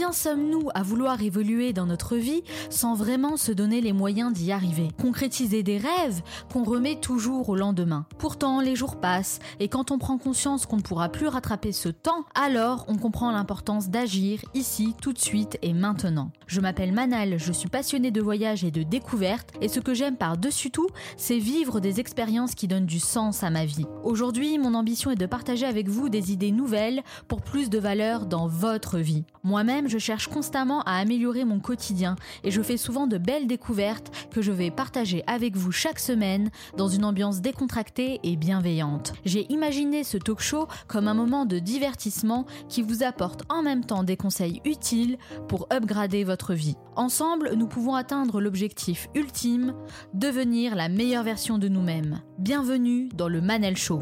Combien sommes-nous à vouloir évoluer dans notre vie sans vraiment se donner les moyens d'y arriver ? Concrétiser des rêves qu'on remet toujours au lendemain. Pourtant, les jours passent et quand on prend conscience qu'on ne pourra plus rattraper ce temps, alors on comprend l'importance d'agir ici, tout de suite et maintenant. Je m'appelle Manal, je suis passionnée de voyage et de découverte et ce que j'aime par-dessus tout, c'est vivre des expériences qui donnent du sens à ma vie. Aujourd'hui, mon ambition est de partager avec vous des idées nouvelles pour plus de valeur dans votre vie. Moi-même, je cherche constamment à améliorer mon quotidien et je fais souvent de belles découvertes que je vais partager avec vous chaque semaine dans une ambiance décontractée et bienveillante. J'ai imaginé ce talk show comme un moment de divertissement qui vous apporte en même temps des conseils utiles pour upgrader votre vie. Ensemble, nous pouvons atteindre l'objectif ultime, devenir la meilleure version de nous-mêmes. Bienvenue dans le Manal Show.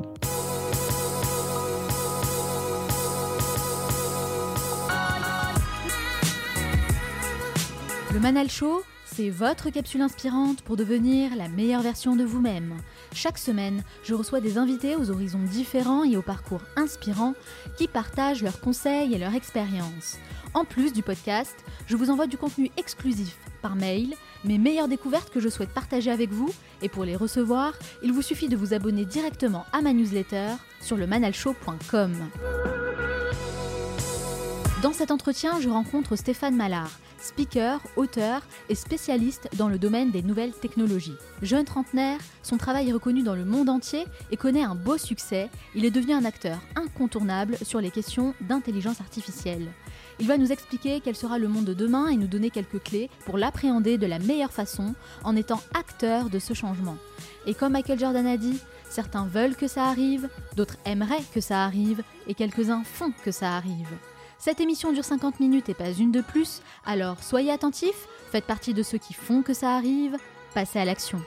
Le Manal Show, c'est votre capsule inspirante pour devenir la meilleure version de vous-même. Chaque semaine, je reçois des invités aux horizons différents et aux parcours inspirants qui partagent leurs conseils et leurs expériences. En plus du podcast, je vous envoie du contenu exclusif par mail, mes meilleures découvertes que je souhaite partager avec vous, et pour les recevoir, il vous suffit de vous abonner directement à ma newsletter sur lemanalshow.com. Dans cet entretien, je rencontre Stéphane Mallard, speaker, auteur et spécialiste dans le domaine des nouvelles technologies. Jeune trentenaire, son travail est reconnu dans le monde entier et connaît un beau succès. Il est devenu un acteur incontournable sur les questions d'intelligence artificielle. Il va nous expliquer quel sera le monde de demain et nous donner quelques clés pour l'appréhender de la meilleure façon en étant acteur de ce changement. Et comme Michael Jordan a dit, certains veulent que ça arrive, d'autres aimeraient que ça arrive et quelques-uns font que ça arrive. Cette émission dure 50 minutes et pas une de plus, alors soyez attentifs, faites partie de ceux qui font que ça arrive, passez à l'action.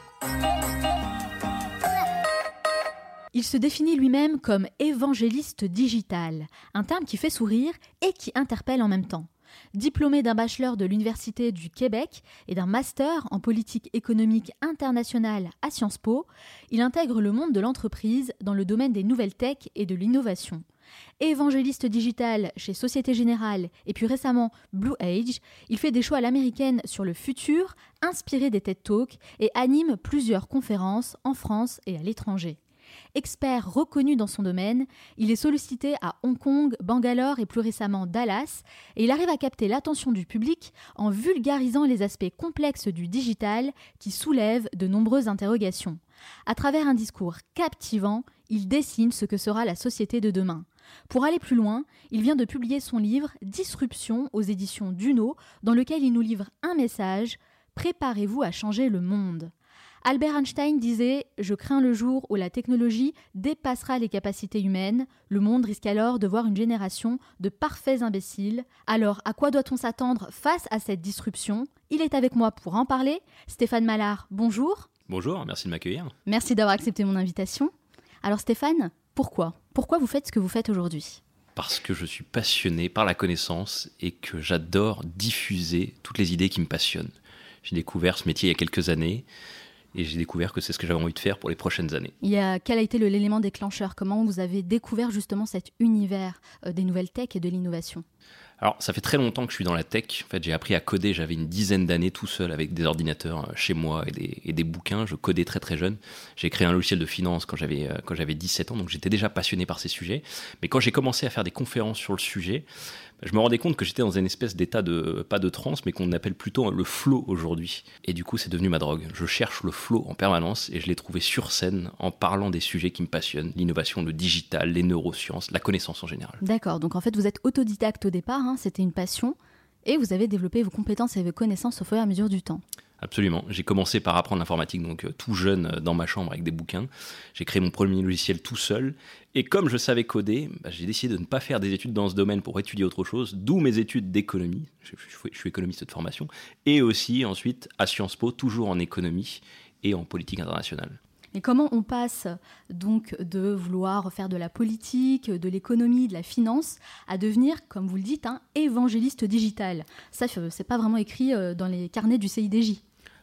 Il se définit lui-même comme évangéliste digital, un terme qui fait sourire et qui interpelle en même temps. Diplômé d'un bachelor de l'Université du Québec et d'un master en politique économique internationale à Sciences Po, il intègre le monde de l'entreprise dans le domaine des nouvelles tech et de l'innovation. Évangéliste digital chez Société Générale et puis récemment Blue Age, il fait des shows à l'américaine sur le futur, inspiré des TED Talks et anime plusieurs conférences en France et à l'étranger. Expert reconnu dans son domaine, il est sollicité à Hong Kong, Bangalore et plus récemment Dallas, et il arrive à capter l'attention du public en vulgarisant les aspects complexes du digital qui soulèvent de nombreuses interrogations. À travers un discours captivant, il dessine ce que sera la société de demain. Pour aller plus loin, il vient de publier son livre « Disruption » aux éditions Duno, dans lequel il nous livre un message « Préparez-vous à changer le monde ». Albert Einstein disait « Je crains le jour où la technologie dépassera les capacités humaines. Le monde risque alors de voir une génération de parfaits imbéciles. Alors, à quoi doit-on s'attendre face à cette disruption ?» Il est avec moi pour en parler. Stéphane Mallard, bonjour. Bonjour, merci de m'accueillir. Merci d'avoir accepté mon invitation. Alors Stéphane, pourquoi vous faites ce que vous faites aujourd'hui ? Parce que je suis passionné par la connaissance et que j'adore diffuser toutes les idées qui me passionnent. J'ai découvert ce métier il y a quelques années et j'ai découvert que c'est ce que j'avais envie de faire pour les prochaines années. Quel a été l'élément déclencheur ? Comment vous avez découvert justement cet univers des nouvelles tech et de l'innovation ? Alors, ça fait très longtemps que je suis dans la tech. En fait, j'ai appris à coder, j'avais une dizaine d'années tout seul avec des ordinateurs chez moi et des bouquins. Je codais très très jeune. J'ai créé un logiciel de finance quand j'avais 17 ans, donc j'étais déjà passionné par ces sujets. Mais quand j'ai commencé à faire des conférences sur le sujet, je me rendais compte que j'étais dans une espèce d'état pas de transe, mais qu'on appelle plutôt le flow aujourd'hui. Et du coup, c'est devenu ma drogue. Je cherche le flow en permanence et je l'ai trouvé sur scène en parlant des sujets qui me passionnent. L'innovation, le digital, les neurosciences, la connaissance en général. D'accord, donc en fait, vous êtes autodidacte au départ, c'était une passion, et vous avez développé vos compétences et vos connaissances au fur et à mesure du temps. Absolument. J'ai commencé par apprendre l'informatique, donc tout jeune dans ma chambre avec des bouquins. J'ai créé mon premier logiciel tout seul. Et comme je savais coder, j'ai décidé de ne pas faire des études dans ce domaine pour étudier autre chose, d'où mes études d'économie. Je suis économiste de formation. Et aussi ensuite à Sciences Po, toujours en économie et en politique internationale. Et comment on passe donc de vouloir faire de la politique, de l'économie, de la finance, à devenir, comme vous le dites, un évangéliste digital ? Ça, c'est pas vraiment écrit dans les carnets du CIDJ.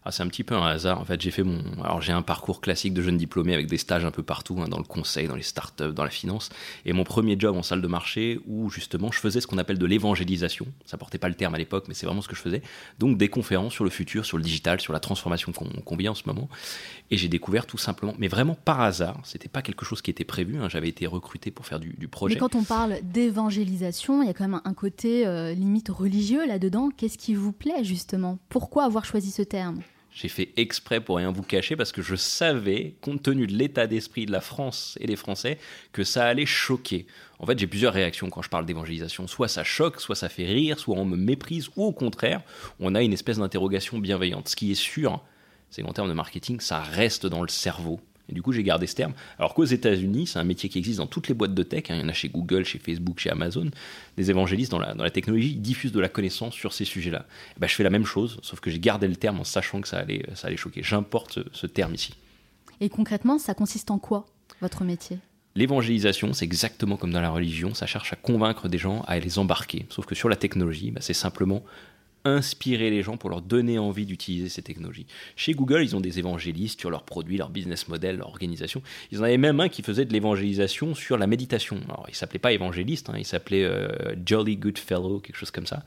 C'est un petit peu un hasard. En fait, j'ai un parcours classique de jeune diplômé avec des stages un peu partout, dans le conseil, dans les startups, dans la finance. Et mon premier job en salle de marché où justement je faisais ce qu'on appelle de l'évangélisation. Ça portait pas le terme à l'époque, mais c'est vraiment ce que je faisais. Donc des conférences sur le futur, sur le digital, sur la transformation qu'on vit en ce moment. Et j'ai découvert tout simplement, mais vraiment par hasard, c'était pas quelque chose qui était prévu. J'avais été recruté pour faire du projet. Mais quand on parle d'évangélisation, il y a quand même un côté limite religieux là-dedans. Qu'est-ce qui vous plaît justement ? Pourquoi avoir choisi ce terme ? J'ai fait exprès pour rien vous cacher parce que je savais, compte tenu de l'état d'esprit de la France et des Français, que ça allait choquer. En fait, j'ai plusieurs réactions quand je parle d'évangélisation. Soit ça choque, soit ça fait rire, soit on me méprise, ou au contraire, on a une espèce d'interrogation bienveillante. Ce qui est sûr, c'est qu'en termes de marketing, ça reste dans le cerveau. Et du coup, j'ai gardé ce terme. Alors qu'aux États-Unis, c'est un métier qui existe dans toutes les boîtes de tech. Il y en a chez Google, chez Facebook, chez Amazon. Des évangélistes dans la technologie diffusent de la connaissance sur ces sujets-là. Je fais la même chose, sauf que j'ai gardé le terme en sachant que ça allait choquer. J'importe ce terme ici. Et concrètement, ça consiste en quoi, votre métier ? L'évangélisation, c'est exactement comme dans la religion. Ça cherche à convaincre des gens, à les embarquer. Sauf que sur la technologie, c'est simplement inspirer les gens pour leur donner envie d'utiliser ces technologies. Chez Google, ils ont des évangélistes sur leurs produits, leur business model, leur organisation. Ils en avaient même un qui faisait de l'évangélisation sur la méditation. Alors, il ne s'appelait pas évangéliste, il s'appelait Jolly Good Fellow, quelque chose comme ça.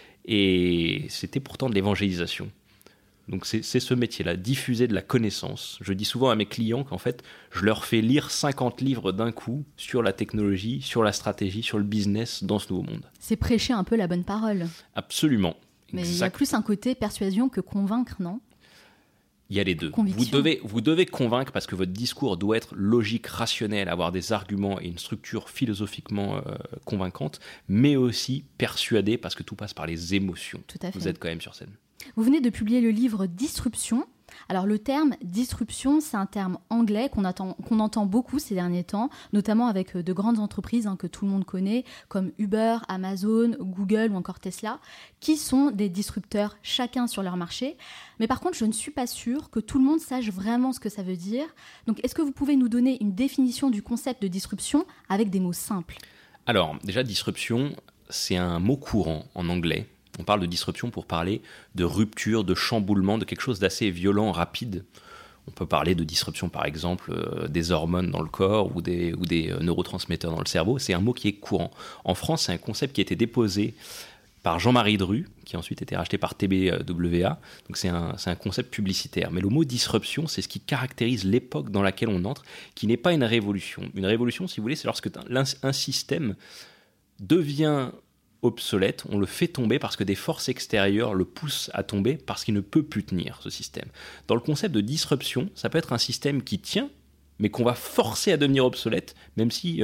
Et c'était pourtant de l'évangélisation. Donc c'est ce métier-là, diffuser de la connaissance. Je dis souvent à mes clients qu'en fait, je leur fais lire 50 livres d'un coup sur la technologie, sur la stratégie, sur le business dans ce nouveau monde. C'est prêcher un peu la bonne parole. Absolument. Mais il y a plus un côté persuasion que convaincre, non ? Il y a les deux. Vous devez convaincre parce que votre discours doit être logique, rationnel, avoir des arguments et une structure philosophiquement convaincante, mais aussi persuader parce que tout passe par les émotions. Tout à fait. Vous êtes quand même sur scène. Vous venez de publier le livre Disruption. Alors le terme disruption, c'est un terme anglais qu'on entend beaucoup ces derniers temps, notamment avec de grandes entreprises que tout le monde connaît, comme Uber, Amazon, Google ou encore Tesla, qui sont des disrupteurs chacun sur leur marché. Mais par contre, je ne suis pas sûre que tout le monde sache vraiment ce que ça veut dire. Donc est-ce que vous pouvez nous donner une définition du concept de disruption avec des mots simples ? Alors déjà, disruption, c'est un mot courant en anglais. On parle de disruption pour parler de rupture, de chamboulement, de quelque chose d'assez violent, rapide. On peut parler de disruption, par exemple, des hormones dans le corps ou des neurotransmetteurs dans le cerveau. C'est un mot qui est courant. En France, c'est un concept qui a été déposé par Jean-Marie Dru, qui a ensuite été racheté par TBWA. Donc c'est un concept publicitaire. Mais le mot disruption, c'est ce qui caractérise l'époque dans laquelle on entre, qui n'est pas une révolution. Une révolution, si vous voulez, c'est lorsque un système devient obsolète, on le fait tomber parce que des forces extérieures le poussent à tomber parce qu'il ne peut plus tenir, ce système. Dans le concept de disruption, ça peut être un système qui tient, mais qu'on va forcer à devenir obsolète, même si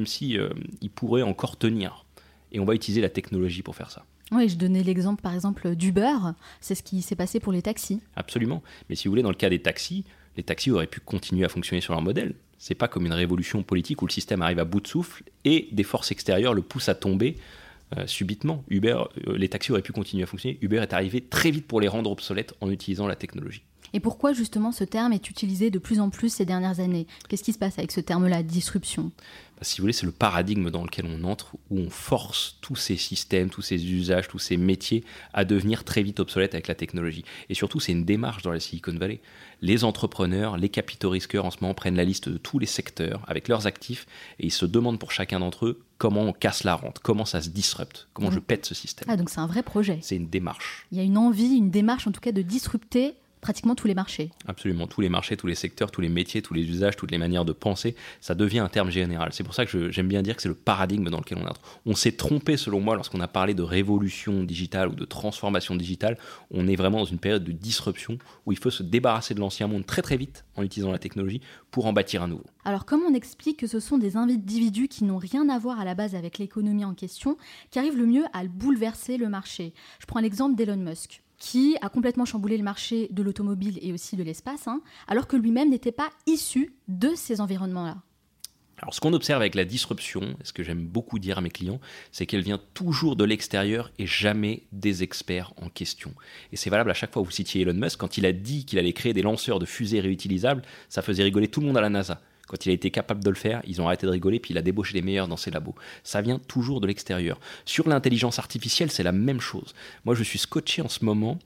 il pourrait encore tenir. Et on va utiliser la technologie pour faire ça. Oui, je donnais l'exemple par exemple d'Uber, c'est ce qui s'est passé pour les taxis. Absolument, mais si vous voulez, dans le cas des taxis, les taxis auraient pu continuer à fonctionner sur leur modèle. C'est pas comme une révolution politique où le système arrive à bout de souffle et des forces extérieures le poussent à tomber subitement. Les taxis auraient pu continuer à fonctionner. Uber est arrivé très vite pour les rendre obsolètes en utilisant la technologie. Et pourquoi justement ce terme est utilisé de plus en plus ces dernières années ? Qu'est-ce qui se passe avec ce terme-là, disruption ? Si vous voulez, c'est le paradigme dans lequel on entre, où on force tous ces systèmes, tous ces usages, tous ces métiers à devenir très vite obsolètes avec la technologie. Et surtout, c'est une démarche dans la Silicon Valley. Les entrepreneurs, les capitaux risqueurs en ce moment prennent la liste de tous les secteurs avec leurs actifs et ils se demandent pour chacun d'entre eux comment on casse la rente, comment ça se disrupte, comment je pète ce système. Ah, donc c'est un vrai projet. C'est une démarche. Il y a une envie, une démarche en tout cas de disrupter pratiquement tous les marchés. Absolument, tous les marchés, tous les secteurs, tous les métiers, tous les usages, toutes les manières de penser, ça devient un terme général. C'est pour ça que j'aime bien dire que c'est le paradigme dans lequel on entre. On s'est trompé selon moi lorsqu'on a parlé de révolution digitale ou de transformation digitale. On est vraiment dans une période de disruption où il faut se débarrasser de l'ancien monde très très vite en utilisant la technologie pour en bâtir un nouveau. Alors comment on explique que ce sont des individus qui n'ont rien à voir à la base avec l'économie en question qui arrivent le mieux à bouleverser le marché ? Je prends l'exemple d'Elon Musk, qui a complètement chamboulé le marché de l'automobile et aussi de l'espace, alors que lui-même n'était pas issu de ces environnements-là. Alors ce qu'on observe avec la disruption, et ce que j'aime beaucoup dire à mes clients, c'est qu'elle vient toujours de l'extérieur et jamais des experts en question. Et c'est valable à chaque fois où vous citiez Elon Musk, quand il a dit qu'il allait créer des lanceurs de fusées réutilisables, ça faisait rigoler tout le monde à la NASA. Quand il a été capable de le faire, ils ont arrêté de rigoler, puis il a débauché les meilleurs dans ses labos. Ça vient toujours de l'extérieur. Sur l'intelligence artificielle, c'est la même chose. Moi, je suis scotché en ce moment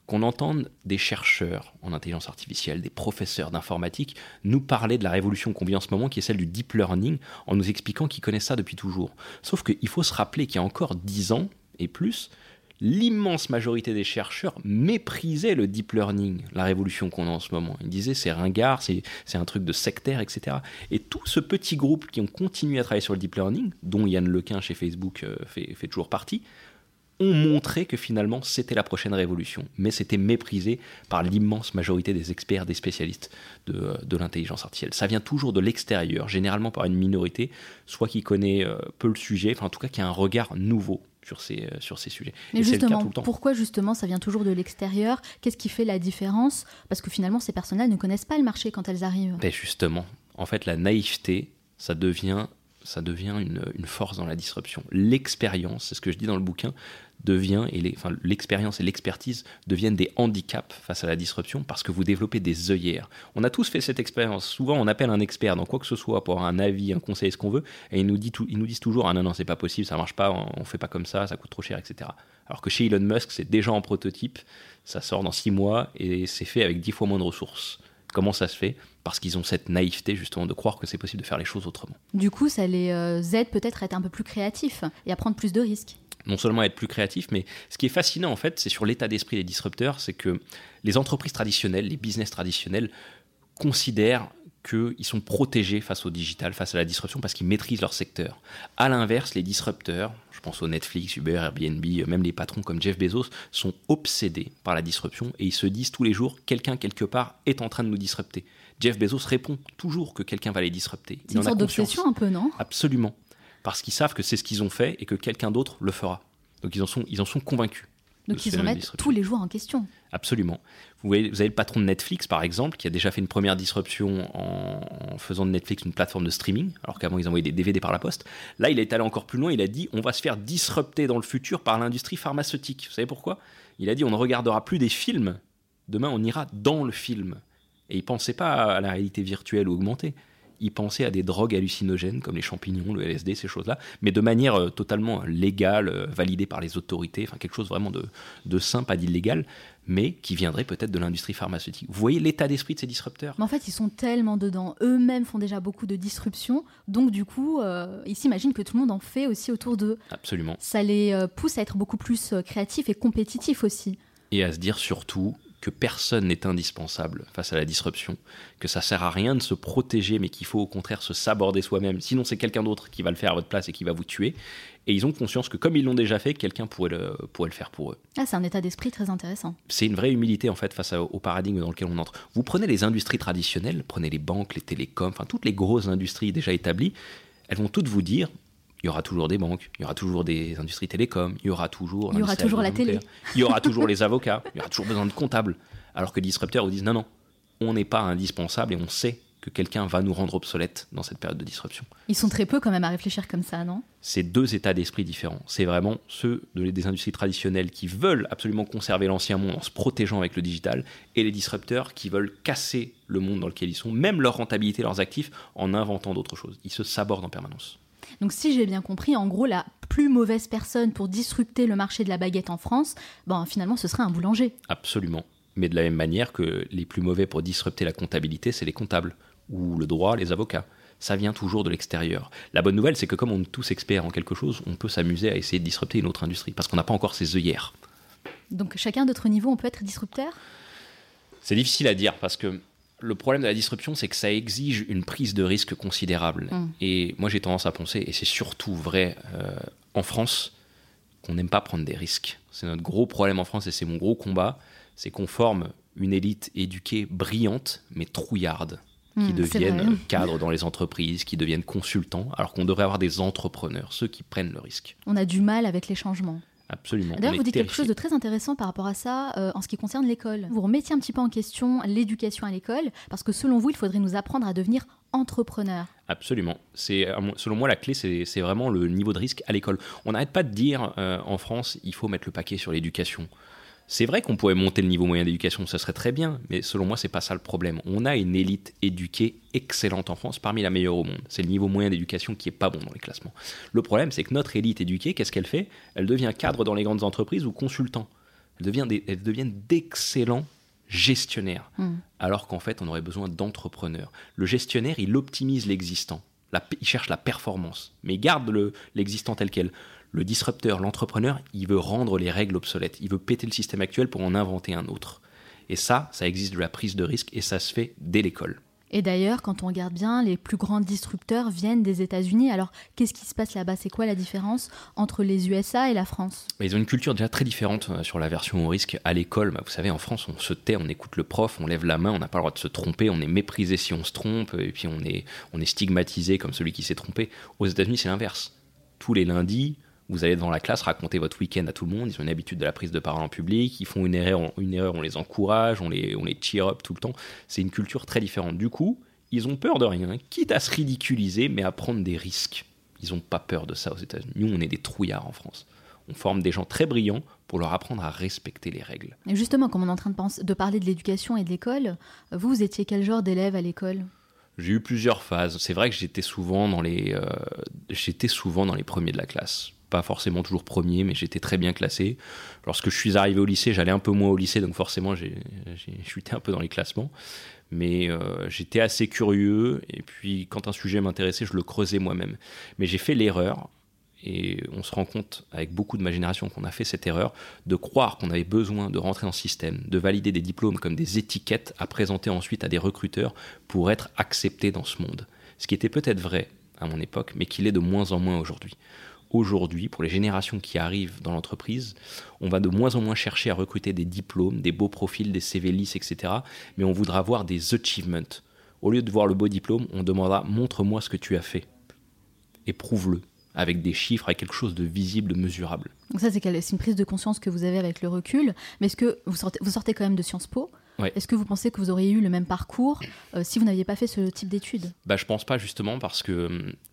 qu'on entende des chercheurs en intelligence artificielle, des professeurs d'informatique, nous parler de la révolution qu'on vit en ce moment, qui est celle du deep learning, en nous expliquant qu'ils connaissent ça depuis toujours. Sauf qu'il faut se rappeler qu'il y a encore 10 ans et plus, l'immense majorité des chercheurs méprisaient le deep learning, la révolution qu'on a en ce moment. Ils disaient c'est ringard, c'est un truc de sectaire, etc. Et tout ce petit groupe qui ont continué à travailler sur le deep learning, dont Yann Lequin chez Facebook fait toujours partie, ont montré que finalement c'était la prochaine révolution. Mais c'était méprisé par l'immense majorité des experts, des spécialistes de l'intelligence artificielle. Ça vient toujours de l'extérieur, généralement par une minorité, soit qui connaît peu le sujet, enfin en tout cas qui a un regard nouveau sur ces sujets. Mais et justement, c'est le cas tout le temps. Pourquoi justement ça vient toujours de l'extérieur ? Qu'est-ce qui fait la différence ? Parce que finalement, ces personnes-là ne connaissent pas le marché quand elles arrivent. Ben justement, en fait, la naïveté, ça devient une force dans la disruption. L'expérience, c'est ce que je dis dans le bouquin, l'expérience et l'expertise deviennent des handicaps face à la disruption parce que vous développez des œillères. On a tous fait cette expérience. Souvent, on appelle un expert dans quoi que ce soit pour avoir un avis, un conseil, ce qu'on veut, et ils nous disent toujours « Ah non, c'est pas possible, ça marche pas, on fait pas comme ça coûte trop cher, etc. » Alors que chez Elon Musk, c'est déjà en prototype, ça sort dans 6 mois et c'est fait avec 10 fois moins de ressources. Comment ça se fait ? Parce qu'ils ont cette naïveté justement de croire que c'est possible de faire les choses autrement. Du coup, ça les aide peut-être à être un peu plus créatifs et à prendre plus de risques. Non seulement à être plus créatif, mais ce qui est fascinant en fait, c'est sur l'état d'esprit des disrupteurs, c'est que les entreprises traditionnelles, les business traditionnels, considèrent qu'ils sont protégés face au digital, face à la disruption, parce qu'ils maîtrisent leur secteur. À l'inverse, les disrupteurs, je pense au Netflix, Uber, Airbnb, même les patrons comme Jeff Bezos, sont obsédés par la disruption et ils se disent tous les jours, quelqu'un quelque part est en train de nous disrupter. Jeff Bezos répond toujours que quelqu'un va les disrupter. C'est une sorte d'obsession un peu, non ? Absolument. Parce qu'ils savent que c'est ce qu'ils ont fait et que quelqu'un d'autre le fera. Donc ils en sont convaincus. Donc ils se remettent tous les jours en question. Absolument. Vous avez le patron de Netflix, par exemple, qui a déjà fait une première disruption en faisant de Netflix une plateforme de streaming, alors qu'avant ils envoyaient des DVD par la poste. Là, il est allé encore plus loin, il a dit on va se faire disrupter dans le futur par l'industrie pharmaceutique. Vous savez pourquoi ? Il a dit on ne regardera plus des films, demain on ira dans le film. Et il ne pensait pas à la réalité virtuelle ou augmentée. Il pensait à des drogues hallucinogènes comme les champignons, le LSD, ces choses-là, mais de manière totalement légale, validée par les autorités, enfin quelque chose vraiment de sain, pas d'illégal, mais qui viendrait peut-être de l'industrie pharmaceutique. Vous voyez l'état d'esprit de ces disrupteurs ? Mais en fait, ils sont tellement dedans. Eux-mêmes font déjà beaucoup de disruption, donc du coup, ils s'imaginent que tout le monde en fait aussi autour d'eux. Absolument. Ça les pousse à être beaucoup plus créatifs et compétitifs aussi. Et à se dire surtout que personne n'est indispensable face à la disruption, que ça sert à rien de se protéger, mais qu'il faut au contraire se saborder soi-même. Sinon, c'est quelqu'un d'autre qui va le faire à votre place et qui va vous tuer. Et ils ont conscience que comme ils l'ont déjà fait, quelqu'un pourrait le faire pour eux. Ah, c'est un état d'esprit très intéressant. C'est une vraie humilité en fait face au paradigme dans lequel on entre. Vous prenez les industries traditionnelles, prenez les banques, les télécoms, enfin toutes les grosses industries déjà établies, elles vont toutes vous dire il y aura toujours des banques, il y aura toujours des industries télécoms, il y aura toujours la télé, il y aura toujours les avocats, il y aura toujours besoin de comptables. Alors que les disrupteurs vous disent non, on n'est pas indispensable et on sait que quelqu'un va nous rendre obsolètes dans cette période de disruption. Ils sont très peu quand même à réfléchir comme ça, non ? C'est 2 états d'esprit différents. C'est vraiment ceux des industries traditionnelles qui veulent absolument conserver l'ancien monde en se protégeant avec le digital et les disrupteurs qui veulent casser le monde dans lequel ils sont, même leur rentabilité, leurs actifs, en inventant d'autres choses. Ils se sabordent en permanence. Donc si j'ai bien compris, en gros, la plus mauvaise personne pour disrupter le marché de la baguette en France, finalement, ce serait un boulanger. Absolument. Mais de la même manière que les plus mauvais pour disrupter la comptabilité, c'est les comptables, ou le droit, les avocats. Ça vient toujours de l'extérieur. La bonne nouvelle, c'est que comme on est tous experts en quelque chose, on peut s'amuser à essayer de disrupter une autre industrie, parce qu'on n'a pas encore ces œillères. Donc chacun d'autre niveau, on peut être disrupteur ? C'est difficile à dire, parce que le problème de la disruption, c'est que ça exige une prise de risque considérable. Et moi, j'ai tendance à penser, et c'est surtout vrai en France, qu'on n'aime pas prendre des risques. C'est notre gros problème en France, et c'est mon gros combat, c'est qu'on forme une élite éduquée brillante, mais trouillarde, qui deviennent cadres dans les entreprises, qui deviennent consultants, alors qu'on devrait avoir des entrepreneurs, ceux qui prennent le risque. On a du mal avec les changements. Absolument. D'ailleurs, vous dites quelque chose de très intéressant par rapport à ça en ce qui concerne l'école. Vous remettiez un petit peu en question l'éducation à l'école, parce que selon vous, il faudrait nous apprendre à devenir entrepreneurs. Absolument. Selon moi, la clé, c'est vraiment le niveau de risque à l'école. On n'arrête pas de dire en France, il faut mettre le paquet sur l'éducation. C'est vrai qu'on pourrait monter le niveau moyen d'éducation, ça serait très bien, mais selon moi, c'est pas ça le problème. On a une élite éduquée excellente en France, parmi la meilleure au monde. C'est le niveau moyen d'éducation qui est pas bon dans les classements. Le problème, c'est que notre élite éduquée, qu'est-ce qu'elle fait ? Elle devient cadre dans les grandes entreprises ou consultant. elles deviennent d'excellents gestionnaires, alors qu'en fait, on aurait besoin d'entrepreneurs. Le gestionnaire, il optimise l'existant, il cherche la performance, mais il garde l'existant tel quel. Le disrupteur, l'entrepreneur, il veut rendre les règles obsolètes, il veut péter le système actuel pour en inventer un autre. Et ça existe de la prise de risque, et ça se fait dès l'école. Et d'ailleurs, quand on regarde bien, les plus grands disrupteurs viennent des États-Unis. Alors, qu'est-ce qui se passe là-bas ? C'est quoi la différence entre les USA et la France ? Ils ont une culture déjà très différente sur l'aversion au risque. À l'école, vous savez, en France, on se tait, on écoute le prof, on lève la main, on n'a pas le droit de se tromper, on est méprisé si on se trompe, et puis on est stigmatisé comme celui qui s'est trompé. Aux États-Unis, c'est l'inverse. Tous les lundis, vous allez devant la classe raconter votre week-end à tout le monde. Ils ont une habitude de la prise de parole en public. Ils font une erreur, on les encourage, on les cheer up tout le temps. C'est une culture très différente. Du coup, ils ont peur de rien, quitte à se ridiculiser, mais à prendre des risques. Ils n'ont pas peur de ça aux États-Unis. Nous, on est des trouillards en France. On forme des gens très brillants pour leur apprendre à respecter les règles. Et justement, comme on est en train de parler de l'éducation et de l'école, vous étiez quel genre d'élève à l'école ? J'ai eu plusieurs phases. C'est vrai que j'étais souvent dans les premiers de la classe. Pas forcément toujours premier, mais j'étais très bien classé. Lorsque je suis arrivé au lycée, j'allais un peu moins au lycée, donc forcément, j'ai chuté un peu dans les classements. Mais j'étais assez curieux, et puis quand un sujet m'intéressait, je le creusais moi-même. Mais j'ai fait l'erreur, et on se rend compte avec beaucoup de ma génération qu'on a fait cette erreur, de croire qu'on avait besoin de rentrer dans le système, de valider des diplômes comme des étiquettes à présenter ensuite à des recruteurs pour être accepté dans ce monde. Ce qui était peut-être vrai à mon époque, mais qui l'est de moins en moins aujourd'hui. Aujourd'hui, pour les générations qui arrivent dans l'entreprise, on va de moins en moins chercher à recruter des diplômes, des beaux profils, des CV lisses, etc. Mais on voudra voir des achievements. Au lieu de voir le beau diplôme, on demandera « montre-moi ce que tu as fait » et prouve-le avec des chiffres, avec quelque chose de visible, de mesurable. Donc ça, c'est une prise de conscience que vous avez avec le recul. Mais est-ce que vous sortez quand même de Sciences Po ? Ouais. Est-ce que vous pensez que vous auriez eu le même parcours si vous n'aviez pas fait ce type d'études ? Je pense pas, justement, parce que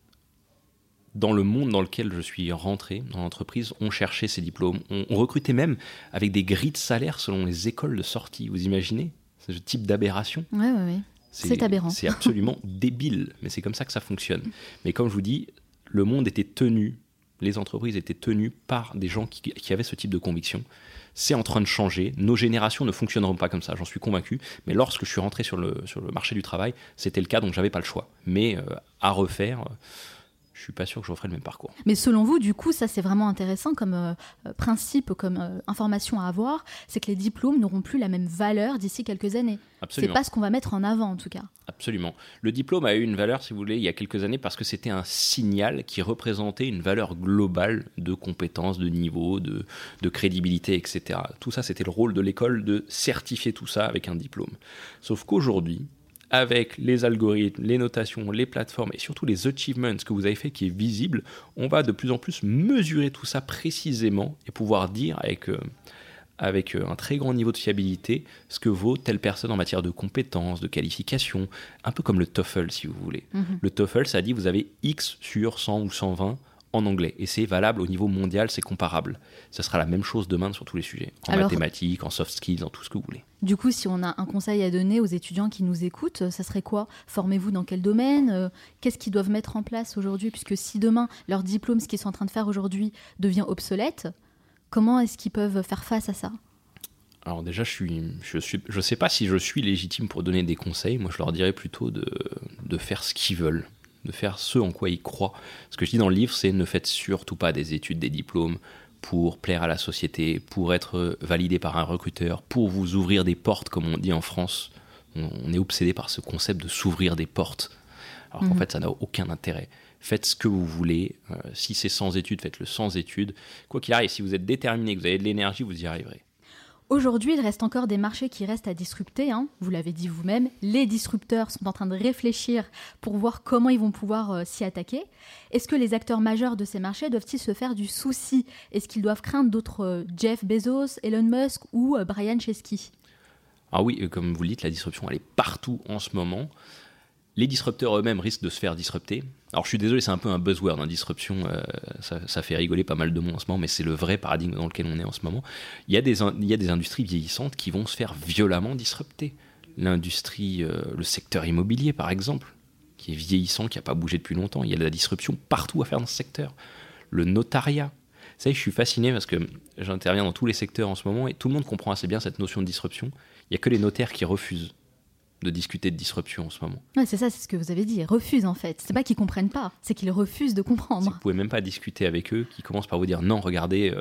dans le monde dans lequel je suis rentré, dans l'entreprise, on cherchait ces diplômes. On recrutait même avec des grilles de salaire selon les écoles de sortie. Vous imaginez ce type d'aberration ? Oui. C'est aberrant. C'est absolument débile, mais c'est comme ça que ça fonctionne. Mais comme je vous dis, le monde était tenu, les entreprises étaient tenues par des gens qui avaient ce type de conviction. C'est en train de changer. Nos générations ne fonctionneront pas comme ça, j'en suis convaincu. Mais lorsque je suis rentré sur le marché du travail, c'était le cas, donc j'avais pas le choix. Mais à refaire, je suis pas sûr que je referais le même parcours. Mais selon vous, du coup, ça c'est vraiment intéressant comme principe, comme information à avoir, c'est que les diplômes n'auront plus la même valeur d'ici quelques années. Absolument. C'est pas ce qu'on va mettre en avant en tout cas. Absolument. Le diplôme a eu une valeur, si vous voulez, il y a quelques années parce que c'était un signal qui représentait une valeur globale de compétences, de niveau, de crédibilité, etc. Tout ça, c'était le rôle de l'école de certifier tout ça avec un diplôme. Sauf qu'aujourd'hui, avec les algorithmes, les notations, les plateformes et surtout les achievements que vous avez fait qui est visible, on va de plus en plus mesurer tout ça précisément et pouvoir dire avec un très grand niveau de fiabilité ce que vaut telle personne en matière de compétences, de qualifications, un peu comme le TOEFL si vous voulez. Le TOEFL, ça dit vous avez X sur 100 ou 120 en anglais et c'est valable au niveau mondial, c'est comparable. Ça sera la même chose demain sur tous les sujets, en mathématiques, en soft skills, en tout ce que vous voulez. Du coup, si on a un conseil à donner aux étudiants qui nous écoutent, ça serait quoi ? Formez-vous dans quel domaine ? Qu'est-ce qu'ils doivent mettre en place aujourd'hui ? Puisque si demain, leur diplôme, ce qu'ils sont en train de faire aujourd'hui, devient obsolète, comment est-ce qu'ils peuvent faire face à ça ? Alors déjà, je sais pas si je suis légitime pour donner des conseils. Moi, je leur dirais plutôt de faire ce qu'ils veulent, de faire ce en quoi ils croient. Ce que je dis dans le livre, c'est ne faites surtout pas des études, des diplômes pour plaire à la société, pour être validé par un recruteur, pour vous ouvrir des portes, comme on dit en France. On est obsédé par ce concept de s'ouvrir des portes, alors qu'en fait, ça n'a aucun intérêt. Faites ce que vous voulez. Si c'est sans études, faites-le sans études. Quoi qu'il arrive, si vous êtes déterminé, que vous avez de l'énergie, vous y arriverez. Aujourd'hui, il reste encore des marchés qui restent à disrupter. Vous l'avez dit vous-même, les disrupteurs sont en train de réfléchir pour voir comment ils vont pouvoir s'y attaquer. Est-ce que les acteurs majeurs de ces marchés doivent-ils se faire du souci ? Est-ce qu'ils doivent craindre d'autres Jeff Bezos, Elon Musk ou Brian Chesky ? Ah oui, comme vous le dites, la disruption, elle est partout en ce moment. Les disrupteurs eux-mêmes risquent de se faire disrupter. Alors je suis désolé, c'est un peu un buzzword, disruption, ça fait rigoler pas mal de monde en ce moment, mais c'est le vrai paradigme dans lequel on est en ce moment. Il y a des industries vieillissantes qui vont se faire violemment disrupter. L'industrie, le secteur immobilier par exemple, qui est vieillissant, qui n'a pas bougé depuis longtemps, il y a de la disruption partout à faire dans ce secteur. Le notariat, Ça, je suis fasciné parce que j'interviens dans tous les secteurs en ce moment et tout le monde comprend assez bien cette notion de disruption. Il n'y a que les notaires qui refusent de discuter de disruption en ce moment. Ouais, c'est ça, c'est ce que vous avez dit. Ils refusent en fait. C'est pas qu'ils comprennent pas, c'est qu'ils refusent de comprendre. Vous ne pouvez même pas discuter avec eux, qui commencent par vous dire non, regardez,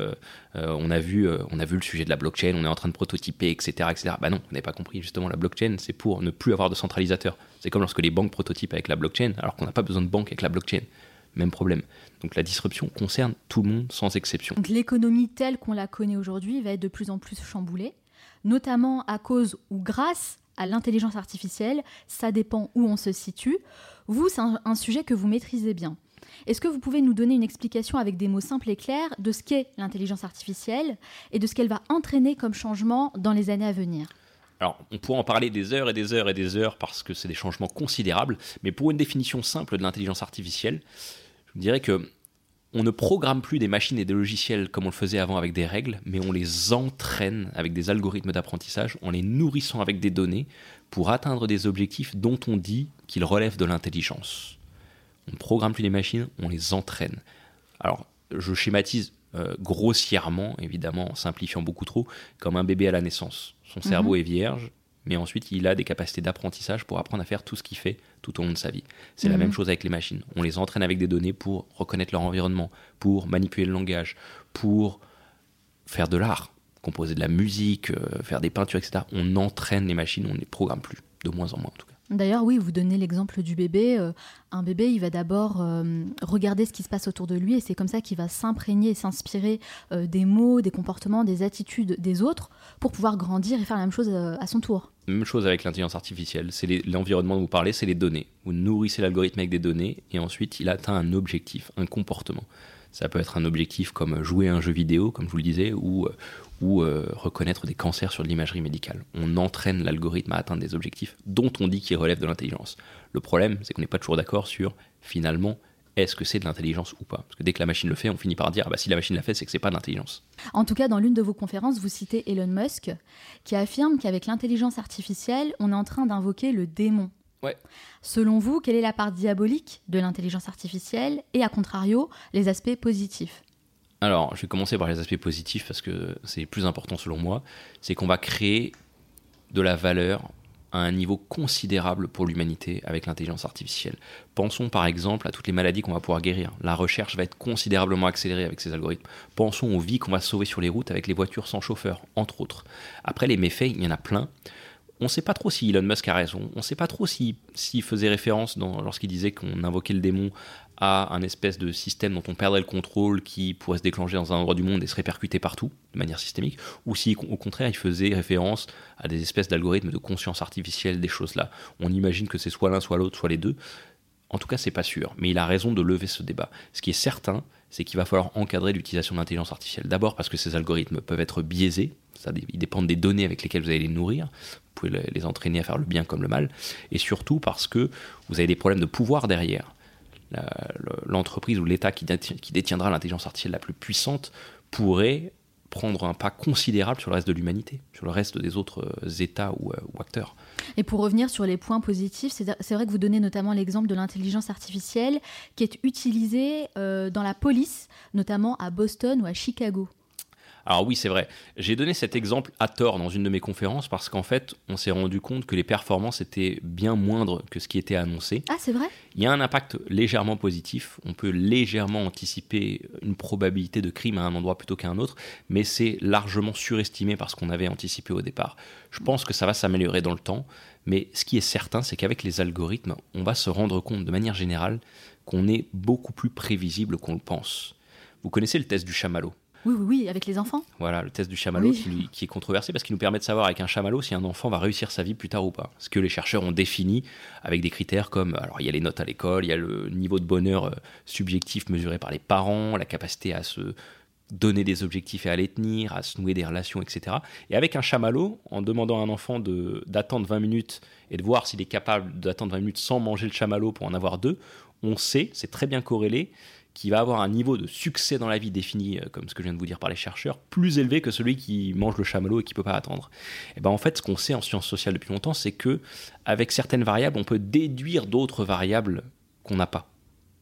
on a vu le sujet de la blockchain, on est en train de prototyper, etc. etc. Bah non, vous n'avez pas compris. Justement, la blockchain, c'est pour ne plus avoir de centralisateur. C'est comme lorsque les banques prototypent avec la blockchain, alors qu'on n'a pas besoin de banque avec la blockchain. Même problème. Donc la disruption concerne tout le monde sans exception. Donc l'économie telle qu'on la connaît aujourd'hui va être de plus en plus chamboulée, notamment à cause ou grâce à l'intelligence artificielle. Ça dépend où on se situe. Vous, c'est un sujet que vous maîtrisez bien. Est-ce que vous pouvez nous donner une explication avec des mots simples et clairs de ce qu'est l'intelligence artificielle et de ce qu'elle va entraîner comme changement dans les années à venir ? Alors, on pourrait en parler des heures et des heures et des heures parce que c'est des changements considérables, mais pour une définition simple de l'intelligence artificielle, je vous dirais que on ne programme plus des machines et des logiciels comme on le faisait avant avec des règles, mais on les entraîne avec des algorithmes d'apprentissage, en les nourrissant avec des données pour atteindre des objectifs dont on dit qu'ils relèvent de l'intelligence. On ne programme plus les machines, on les entraîne. Alors, je schématise grossièrement, évidemment en simplifiant beaucoup trop, comme un bébé à la naissance. Son cerveau est vierge, mais ensuite il a des capacités d'apprentissage pour apprendre à faire tout ce qu'il fait tout au long de sa vie. C'est la même chose avec les machines. On les entraîne avec des données pour reconnaître leur environnement, pour manipuler le langage, pour faire de l'art, composer de la musique, faire des peintures, etc. On entraîne les machines, on ne les programme plus, de moins en moins en tout cas. D'ailleurs, oui, vous donnez l'exemple du bébé. Un bébé, il va d'abord regarder ce qui se passe autour de lui et c'est comme ça qu'il va s'imprégner et s'inspirer des mots, des comportements, des attitudes des autres pour pouvoir grandir et faire la même chose à son tour. Même chose avec l'intelligence artificielle. C'est l'environnement dont vous parlez, c'est les données. Vous nourrissez l'algorithme avec des données et ensuite il atteint un objectif, un comportement. Ça peut être un objectif comme jouer à un jeu vidéo, comme je vous le disais, ou reconnaître des cancers sur de l'imagerie médicale. On entraîne l'algorithme à atteindre des objectifs dont on dit qu'ils relèvent de l'intelligence. Le problème, c'est qu'on n'est pas toujours d'accord sur, finalement, est-ce que c'est de l'intelligence ou pas ? Parce que dès que la machine le fait, on finit par dire, si la machine l'a fait, c'est que c'est pas de l'intelligence. En tout cas, dans l'une de vos conférences, vous citez Elon Musk, qui affirme qu'avec l'intelligence artificielle, on est en train d'invoquer le démon. Ouais. Selon vous, quelle est la part diabolique de l'intelligence artificielle et, à contrario, les aspects positifs ? Alors, je vais commencer par les aspects positifs parce que c'est le plus important selon moi. C'est qu'on va créer de la valeur à un niveau considérable pour l'humanité avec l'intelligence artificielle. Pensons par exemple à toutes les maladies qu'on va pouvoir guérir. La recherche va être considérablement accélérée avec ces algorithmes. Pensons aux vies qu'on va sauver sur les routes avec les voitures sans chauffeur, entre autres. Après, les méfaits, il y en a plein. On ne sait pas trop si Elon Musk a raison. On ne sait pas trop s'il faisait référence, lorsqu'il disait qu'on invoquait le démon, à un espèce de système dont on perdrait le contrôle qui pourrait se déclencher dans un endroit du monde et se répercuter partout, de manière systémique, ou si au contraire il faisait référence à des espèces d'algorithmes de conscience artificielle, des choses-là. On imagine que c'est soit l'un, soit l'autre, soit les deux. En tout cas, c'est pas sûr. Mais il a raison de lever ce débat. Ce qui est certain, c'est qu'il va falloir encadrer l'utilisation de l'intelligence artificielle. D'abord parce que ces algorithmes peuvent être biaisés. Ils dépendent des données avec lesquelles vous allez les nourrir. Vous pouvez les entraîner à faire le bien comme le mal. Et surtout parce que vous avez des problèmes de pouvoir derrière. L'entreprise ou l'État qui détiendra l'intelligence artificielle la plus puissante pourrait prendre un pas considérable sur le reste de l'humanité, sur le reste des autres États ou acteurs. Et pour revenir sur les points positifs, c'est vrai que vous donnez notamment l'exemple de l'intelligence artificielle qui est utilisée dans la police, notamment à Boston ou à Chicago. Alors oui, c'est vrai. J'ai donné cet exemple à tort dans une de mes conférences parce qu'en fait, on s'est rendu compte que les performances étaient bien moindres que ce qui était annoncé. Ah, c'est vrai ? Il y a un impact légèrement positif. On peut légèrement anticiper une probabilité de crime à un endroit plutôt qu'à un autre, mais c'est largement surestimé par ce qu'on avait anticipé au départ. Je pense que ça va s'améliorer dans le temps, mais ce qui est certain, c'est qu'avec les algorithmes, on va se rendre compte de manière générale qu'on est beaucoup plus prévisible qu'on le pense. Vous connaissez le test du chamallow ? Oui, avec les enfants. Voilà, le test du chamallow qui est controversé parce qu'il nous permet de savoir avec un chamallow si un enfant va réussir sa vie plus tard ou pas. Ce que les chercheurs ont défini avec des critères comme, alors il y a les notes à l'école, il y a le niveau de bonheur subjectif mesuré par les parents, la capacité à se donner des objectifs et à les tenir, à se nouer des relations, etc. Et avec un chamallow, en demandant à un enfant d'attendre 20 minutes et de voir s'il est capable d'attendre 20 minutes sans manger le chamallow pour en avoir deux, on sait, c'est très bien corrélé, qui va avoir un niveau de succès dans la vie défini, comme ce que je viens de vous dire par les chercheurs, plus élevé que celui qui mange le chamallow et qui ne peut pas attendre. Et ben en fait, ce qu'on sait en sciences sociales depuis longtemps, c'est qu'avec certaines variables, on peut déduire d'autres variables qu'on n'a pas.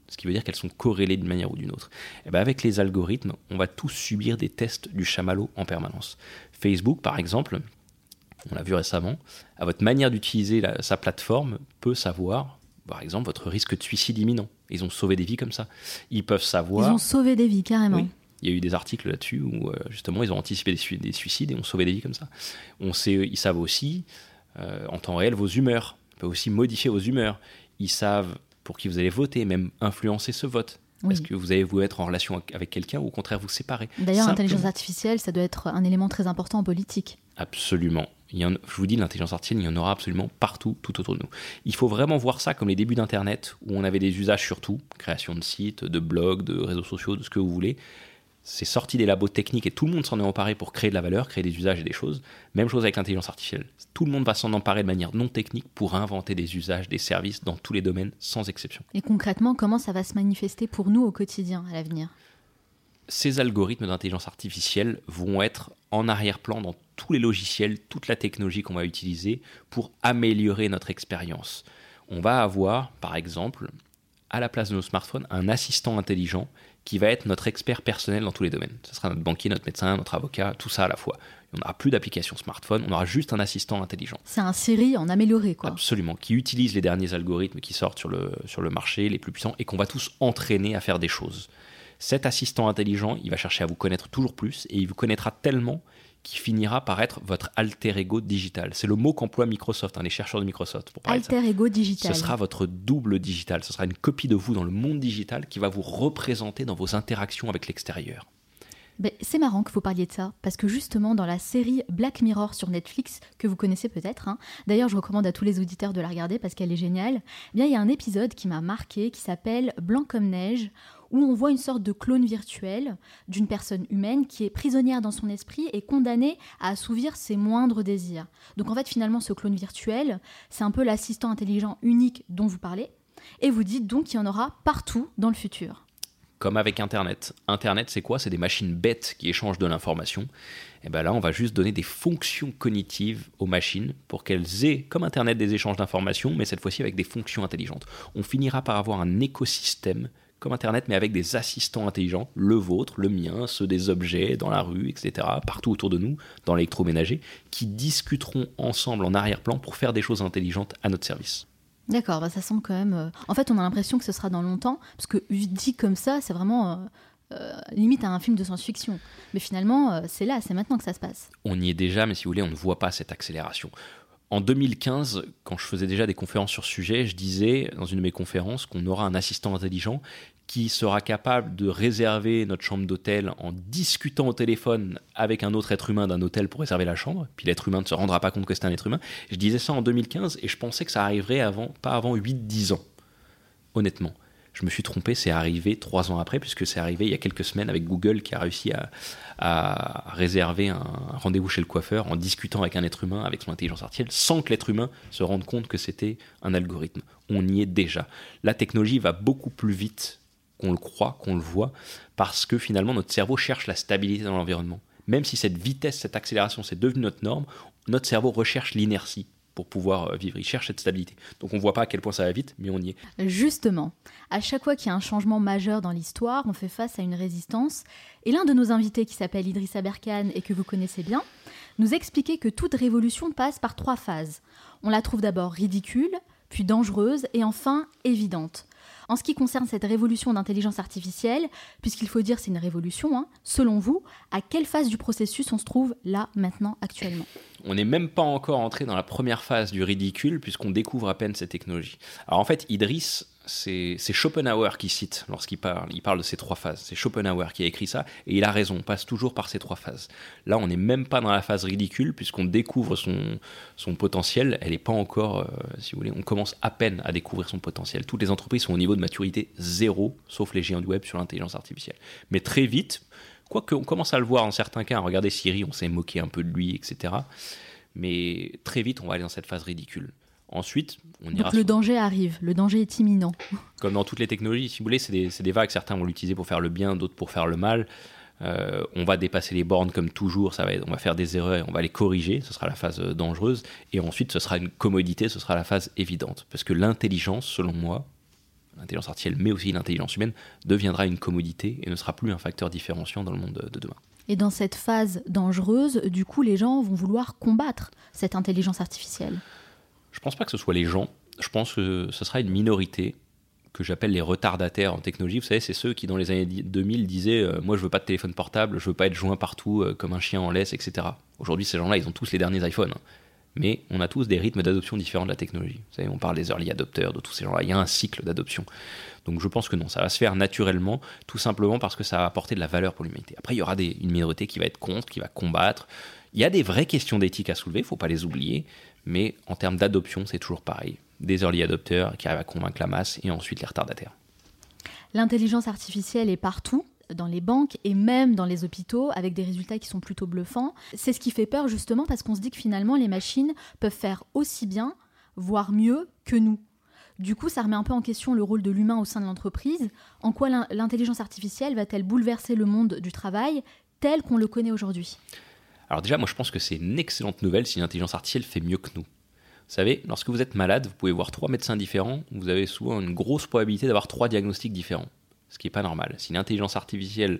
ce qui veut dire qu'elles sont corrélées d'une manière ou d'une autre. Et bien avec les algorithmes, on va tous subir des tests du chamallow en permanence. Facebook, par exemple, on l'a vu récemment, à votre manière d'utiliser sa plateforme, peut savoir, par exemple, votre risque de suicide imminent. Ils ont sauvé des vies comme ça. Ils peuvent savoir... Ils ont sauvé des vies, carrément. Oui. Il y a eu des articles là-dessus où, justement, ils ont anticipé des suicides et ont sauvé des vies comme ça. Ils savent aussi, en temps réel, vos humeurs. Ils peuvent aussi modifier vos humeurs. Ils savent pour qui vous allez voter, même influencer ce vote. Oui. Est-ce que vous allez vous être en relation avec quelqu'un ou au contraire vous séparer? D'ailleurs, l'intelligence artificielle, ça doit être un élément très important en politique. Absolument. Je vous dis, l'intelligence artificielle, il y en aura absolument partout, tout autour de nous. Il faut vraiment voir ça comme les débuts d'Internet, où on avait des usages sur tout, création de sites, de blogs, de réseaux sociaux, de ce que vous voulez. C'est sorti des labos techniques et tout le monde s'en est emparé pour créer de la valeur, créer des usages et des choses. Même chose avec l'intelligence artificielle. Tout le monde va s'en emparer de manière non technique pour inventer des usages, des services dans tous les domaines, sans exception. Et concrètement, comment ça va se manifester pour nous au quotidien, à l'avenir ? Ces algorithmes d'intelligence artificielle vont être en arrière-plan dans tous les logiciels, toute la technologie qu'on va utiliser pour améliorer notre expérience. On va avoir, par exemple, à la place de nos smartphones, un assistant intelligent qui va être notre expert personnel dans tous les domaines. Ce sera notre banquier, notre médecin, notre avocat, tout ça à la fois. On n'aura plus d'application smartphone, on aura juste un assistant intelligent. C'est un Siri en amélioré, quoi. Absolument, qui utilise les derniers algorithmes qui sortent sur le marché, les plus puissants, et qu'on va tous entraîner à faire des choses. Cet assistant intelligent, il va chercher à vous connaître toujours plus, et il vous connaîtra tellement qu'il finira par être votre alter ego digital. C'est le mot qu'emploie Microsoft, les chercheurs de Microsoft. Pour parler alter ego digital. Ce sera votre double digital. Ce sera une copie de vous dans le monde digital qui va vous représenter dans vos interactions avec l'extérieur. Ben, c'est marrant que vous parliez de ça, parce que justement dans la série Black Mirror sur Netflix, que vous connaissez peut-être, d'ailleurs je recommande à tous les auditeurs de la regarder parce qu'elle est géniale, il y a un épisode qui m'a marqué qui s'appelle Blanc comme neige, où on voit une sorte de clone virtuel d'une personne humaine qui est prisonnière dans son esprit et condamnée à assouvir ses moindres désirs. Donc en fait finalement ce clone virtuel, c'est un peu l'assistant intelligent unique dont vous parlez, et vous dites donc qu'il y en aura partout dans le futur. Comme avec Internet. Internet, c'est quoi ? C'est des machines bêtes qui échangent de l'information. Et bien là, on va juste donner des fonctions cognitives aux machines pour qu'elles aient, comme Internet, des échanges d'informations, mais cette fois-ci avec des fonctions intelligentes. On finira par avoir un écosystème comme Internet, mais avec des assistants intelligents, le vôtre, le mien, ceux des objets, dans la rue, etc., partout autour de nous, dans l'électroménager, qui discuteront ensemble en arrière-plan pour faire des choses intelligentes à notre service. D'accord, ça semble quand même... En fait, on a l'impression que ce sera dans longtemps, parce que dit comme ça, c'est vraiment limite à un film de science-fiction. Mais finalement, c'est là, c'est maintenant que ça se passe. On y est déjà, mais si vous voulez, on ne voit pas cette accélération. En 2015, quand je faisais déjà des conférences sur ce sujet, je disais dans une de mes conférences qu'on aura un assistant intelligent qui sera capable de réserver notre chambre d'hôtel en discutant au téléphone avec un autre être humain d'un hôtel pour réserver la chambre, puis l'être humain ne se rendra pas compte que c'est un être humain. Je disais ça en 2015 et je pensais que ça arriverait pas avant 8-10 ans. Honnêtement, je me suis trompé, c'est arrivé 3 ans après, puisque c'est arrivé il y a quelques semaines avec Google qui a réussi à réserver un rendez-vous chez le coiffeur en discutant avec un être humain, avec son intelligence artificielle, sans que l'être humain se rende compte que c'était un algorithme. On y est déjà. La technologie va beaucoup plus vite qu'on le croit, qu'on le voit, parce que finalement notre cerveau cherche la stabilité dans l'environnement. Même si cette vitesse, cette accélération, c'est devenu notre norme, notre cerveau recherche l'inertie pour pouvoir vivre. Il cherche cette stabilité. Donc on ne voit pas à quel point ça va vite, mais on y est. Justement, à chaque fois qu'il y a un changement majeur dans l'histoire, on fait face à une résistance. Et l'un de nos invités, qui s'appelle Idrissa Berkane et que vous connaissez bien, nous expliquait que toute révolution passe par 3 phases. On la trouve d'abord ridicule, puis dangereuse et enfin évidente. En ce qui concerne cette révolution d'intelligence artificielle, puisqu'il faut dire c'est une révolution, selon vous, à quelle phase du processus on se trouve là, maintenant, actuellement ? On n'est même pas encore entré dans la première phase du ridicule, puisqu'on découvre à peine cette technologie. Alors en fait, Idriss, c'est Schopenhauer qui cite lorsqu'il parle. Il parle de ces 3 phases. C'est Schopenhauer qui a écrit ça, et il a raison, on passe toujours par ces 3 phases. Là, on n'est même pas dans la phase ridicule, puisqu'on découvre son potentiel. Elle n'est pas encore, si vous voulez, on commence à peine à découvrir son potentiel. Toutes les entreprises sont au niveau de maturité 0, sauf les géants du web sur l'intelligence artificielle. Mais très vite, quoique on commence à le voir dans certains cas, regardez Siri, on s'est moqué un peu de lui, etc. Mais très vite, on va aller dans cette phase ridicule. Ensuite, on ira... Donc le danger arrive, le danger est imminent. Comme dans toutes les technologies, si vous voulez, c'est des vagues. Certains vont l'utiliser pour faire le bien, d'autres pour faire le mal. On va dépasser les bornes comme toujours, on va faire des erreurs, on va les corriger, ce sera la phase dangereuse. Et ensuite, ce sera une commodité, ce sera la phase évidente. Parce que l'intelligence, selon moi, l'intelligence artificielle, mais aussi l'intelligence humaine, deviendra une commodité et ne sera plus un facteur différenciant dans le monde de demain. Et dans cette phase dangereuse, du coup, les gens vont vouloir combattre cette intelligence artificielle. Je ne pense pas que ce soit les gens. Je pense que ce sera une minorité que j'appelle les retardataires en technologie. Vous savez, c'est ceux qui, dans les années 2000, disaient « Moi, je veux pas de téléphone portable, je veux pas être joint partout comme un chien en laisse, etc. » Aujourd'hui, ces gens-là, ils ont tous les derniers iPhones. Mais on a tous des rythmes d'adoption différents de la technologie. Vous savez, on parle des early adopters, de tous ces gens-là. Il y a un cycle d'adoption. Donc je pense que non, ça va se faire naturellement, tout simplement parce que ça va apporter de la valeur pour l'humanité. Après, il y aura une minorité qui va être contre, qui va combattre. Il y a des vraies questions d'éthique à soulever, il ne faut pas les oublier. Mais en termes d'adoption, c'est toujours pareil. Des early adopters qui arrivent à convaincre la masse et ensuite les retardataires. L'intelligence artificielle est partout, dans les banques et même dans les hôpitaux, avec des résultats qui sont plutôt bluffants. C'est ce qui fait peur justement parce qu'on se dit que finalement les machines peuvent faire aussi bien, voire mieux que nous. Du coup, ça remet un peu en question le rôle de l'humain au sein de l'entreprise. En quoi l'intelligence artificielle va-t-elle bouleverser le monde du travail tel qu'on le connaît aujourd'hui ? Alors déjà, moi je pense que c'est une excellente nouvelle si l'intelligence artificielle fait mieux que nous. Vous savez, lorsque vous êtes malade, vous pouvez voir 3 médecins différents, vous avez souvent une grosse probabilité d'avoir 3 diagnostics différents. Ce qui n'est pas normal. Si l'intelligence artificielle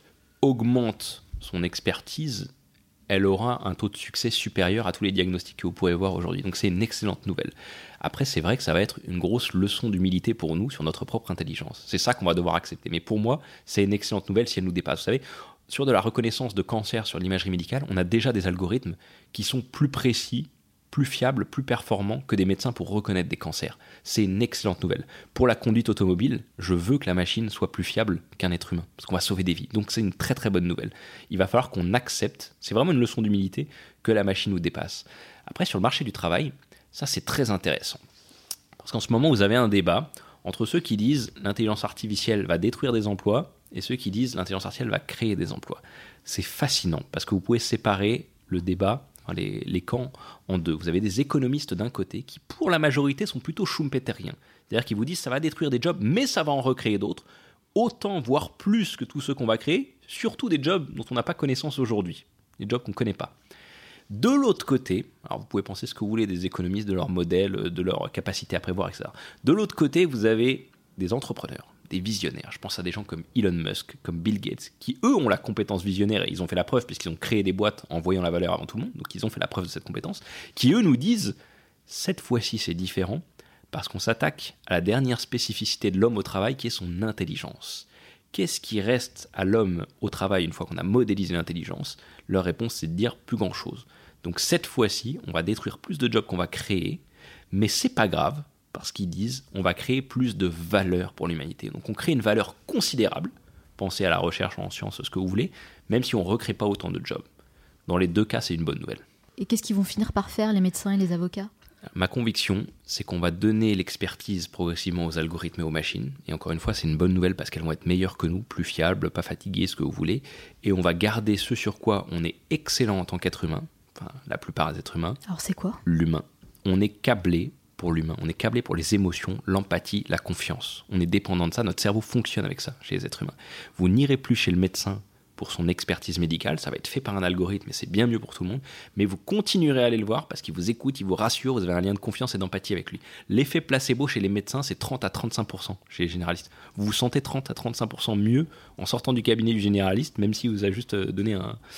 augmente son expertise, elle aura un taux de succès supérieur à tous les diagnostics que vous pourrez voir aujourd'hui. Donc c'est une excellente nouvelle. Après, c'est vrai que ça va être une grosse leçon d'humilité pour nous sur notre propre intelligence. C'est ça qu'on va devoir accepter. Mais pour moi, c'est une excellente nouvelle si elle nous dépasse. Vous savez, sur de la reconnaissance de cancer sur l'imagerie médicale, on a déjà des algorithmes qui sont plus précis, plus fiables, plus performants que des médecins pour reconnaître des cancers. C'est une excellente nouvelle. Pour la conduite automobile, je veux que la machine soit plus fiable qu'un être humain, parce qu'on va sauver des vies. Donc c'est une très très bonne nouvelle. Il va falloir qu'on accepte, c'est vraiment une leçon d'humilité, que la machine nous dépasse. Après, sur le marché du travail, ça c'est très intéressant. Parce qu'en ce moment, vous avez un débat entre ceux qui disent l'intelligence artificielle va détruire des emplois et ceux qui disent l'intelligence artificielle va créer des emplois. C'est fascinant, parce que vous pouvez séparer le débat, les camps en deux. Vous avez des économistes d'un côté qui, pour la majorité, sont plutôt schumpeteriens. C'est-à-dire qu'ils vous disent ça va détruire des jobs, mais ça va en recréer d'autres, autant, voire plus que tous ceux qu'on va créer, surtout des jobs dont on n'a pas connaissance aujourd'hui, des jobs qu'on ne connaît pas. De l'autre côté, alors vous pouvez penser ce que vous voulez des économistes, de leur modèle, de leur capacité à prévoir, etc. De l'autre côté, vous avez des entrepreneurs, des visionnaires. Je pense à des gens comme Elon Musk, comme Bill Gates, qui eux ont la compétence visionnaire et ils ont fait la preuve puisqu'ils ont créé des boîtes en voyant la valeur avant tout le monde, donc ils ont fait la preuve de cette compétence, qui eux nous disent cette fois-ci c'est différent parce qu'on s'attaque à la dernière spécificité de l'homme au travail qui est son intelligence. Qu'est-ce qui reste à l'homme au travail une fois qu'on a modélisé l'intelligence ? Leur réponse c'est de dire plus grand-chose. Donc cette fois-ci, on va détruire plus de jobs qu'on va créer, mais c'est pas grave. Parce qu'ils disent on va créer plus de valeur pour l'humanité. Donc on crée une valeur considérable, pensez à la recherche en sciences, ce que vous voulez, même si on ne recrée pas autant de jobs. Dans les deux cas, c'est une bonne nouvelle. Et qu'est-ce qu'ils vont finir par faire, les médecins et les avocats ? Ma conviction, c'est qu'on va donner l'expertise progressivement aux algorithmes et aux machines. Et encore une fois, c'est une bonne nouvelle parce qu'elles vont être meilleures que nous, plus fiables, pas fatiguées, ce que vous voulez. Et on va garder ce sur quoi on est excellent en tant qu'être humain, enfin la plupart des êtres humains. Alors c'est quoi ? L'humain. On est câblé pour l'humain. On est câblé pour les émotions, l'empathie, la confiance. On est dépendant de ça, notre cerveau fonctionne avec ça chez les êtres humains. Vous n'irez plus chez le médecin pour son expertise médicale, ça va être fait par un algorithme et c'est bien mieux pour tout le monde, mais vous continuerez à aller le voir parce qu'il vous écoute, il vous rassure, vous avez un lien de confiance et d'empathie avec lui. L'effet placebo chez les médecins, c'est 30 à 35% chez les généralistes. Vous vous sentez 30 à 35% mieux en sortant du cabinet du généraliste, même s'il vous a juste donné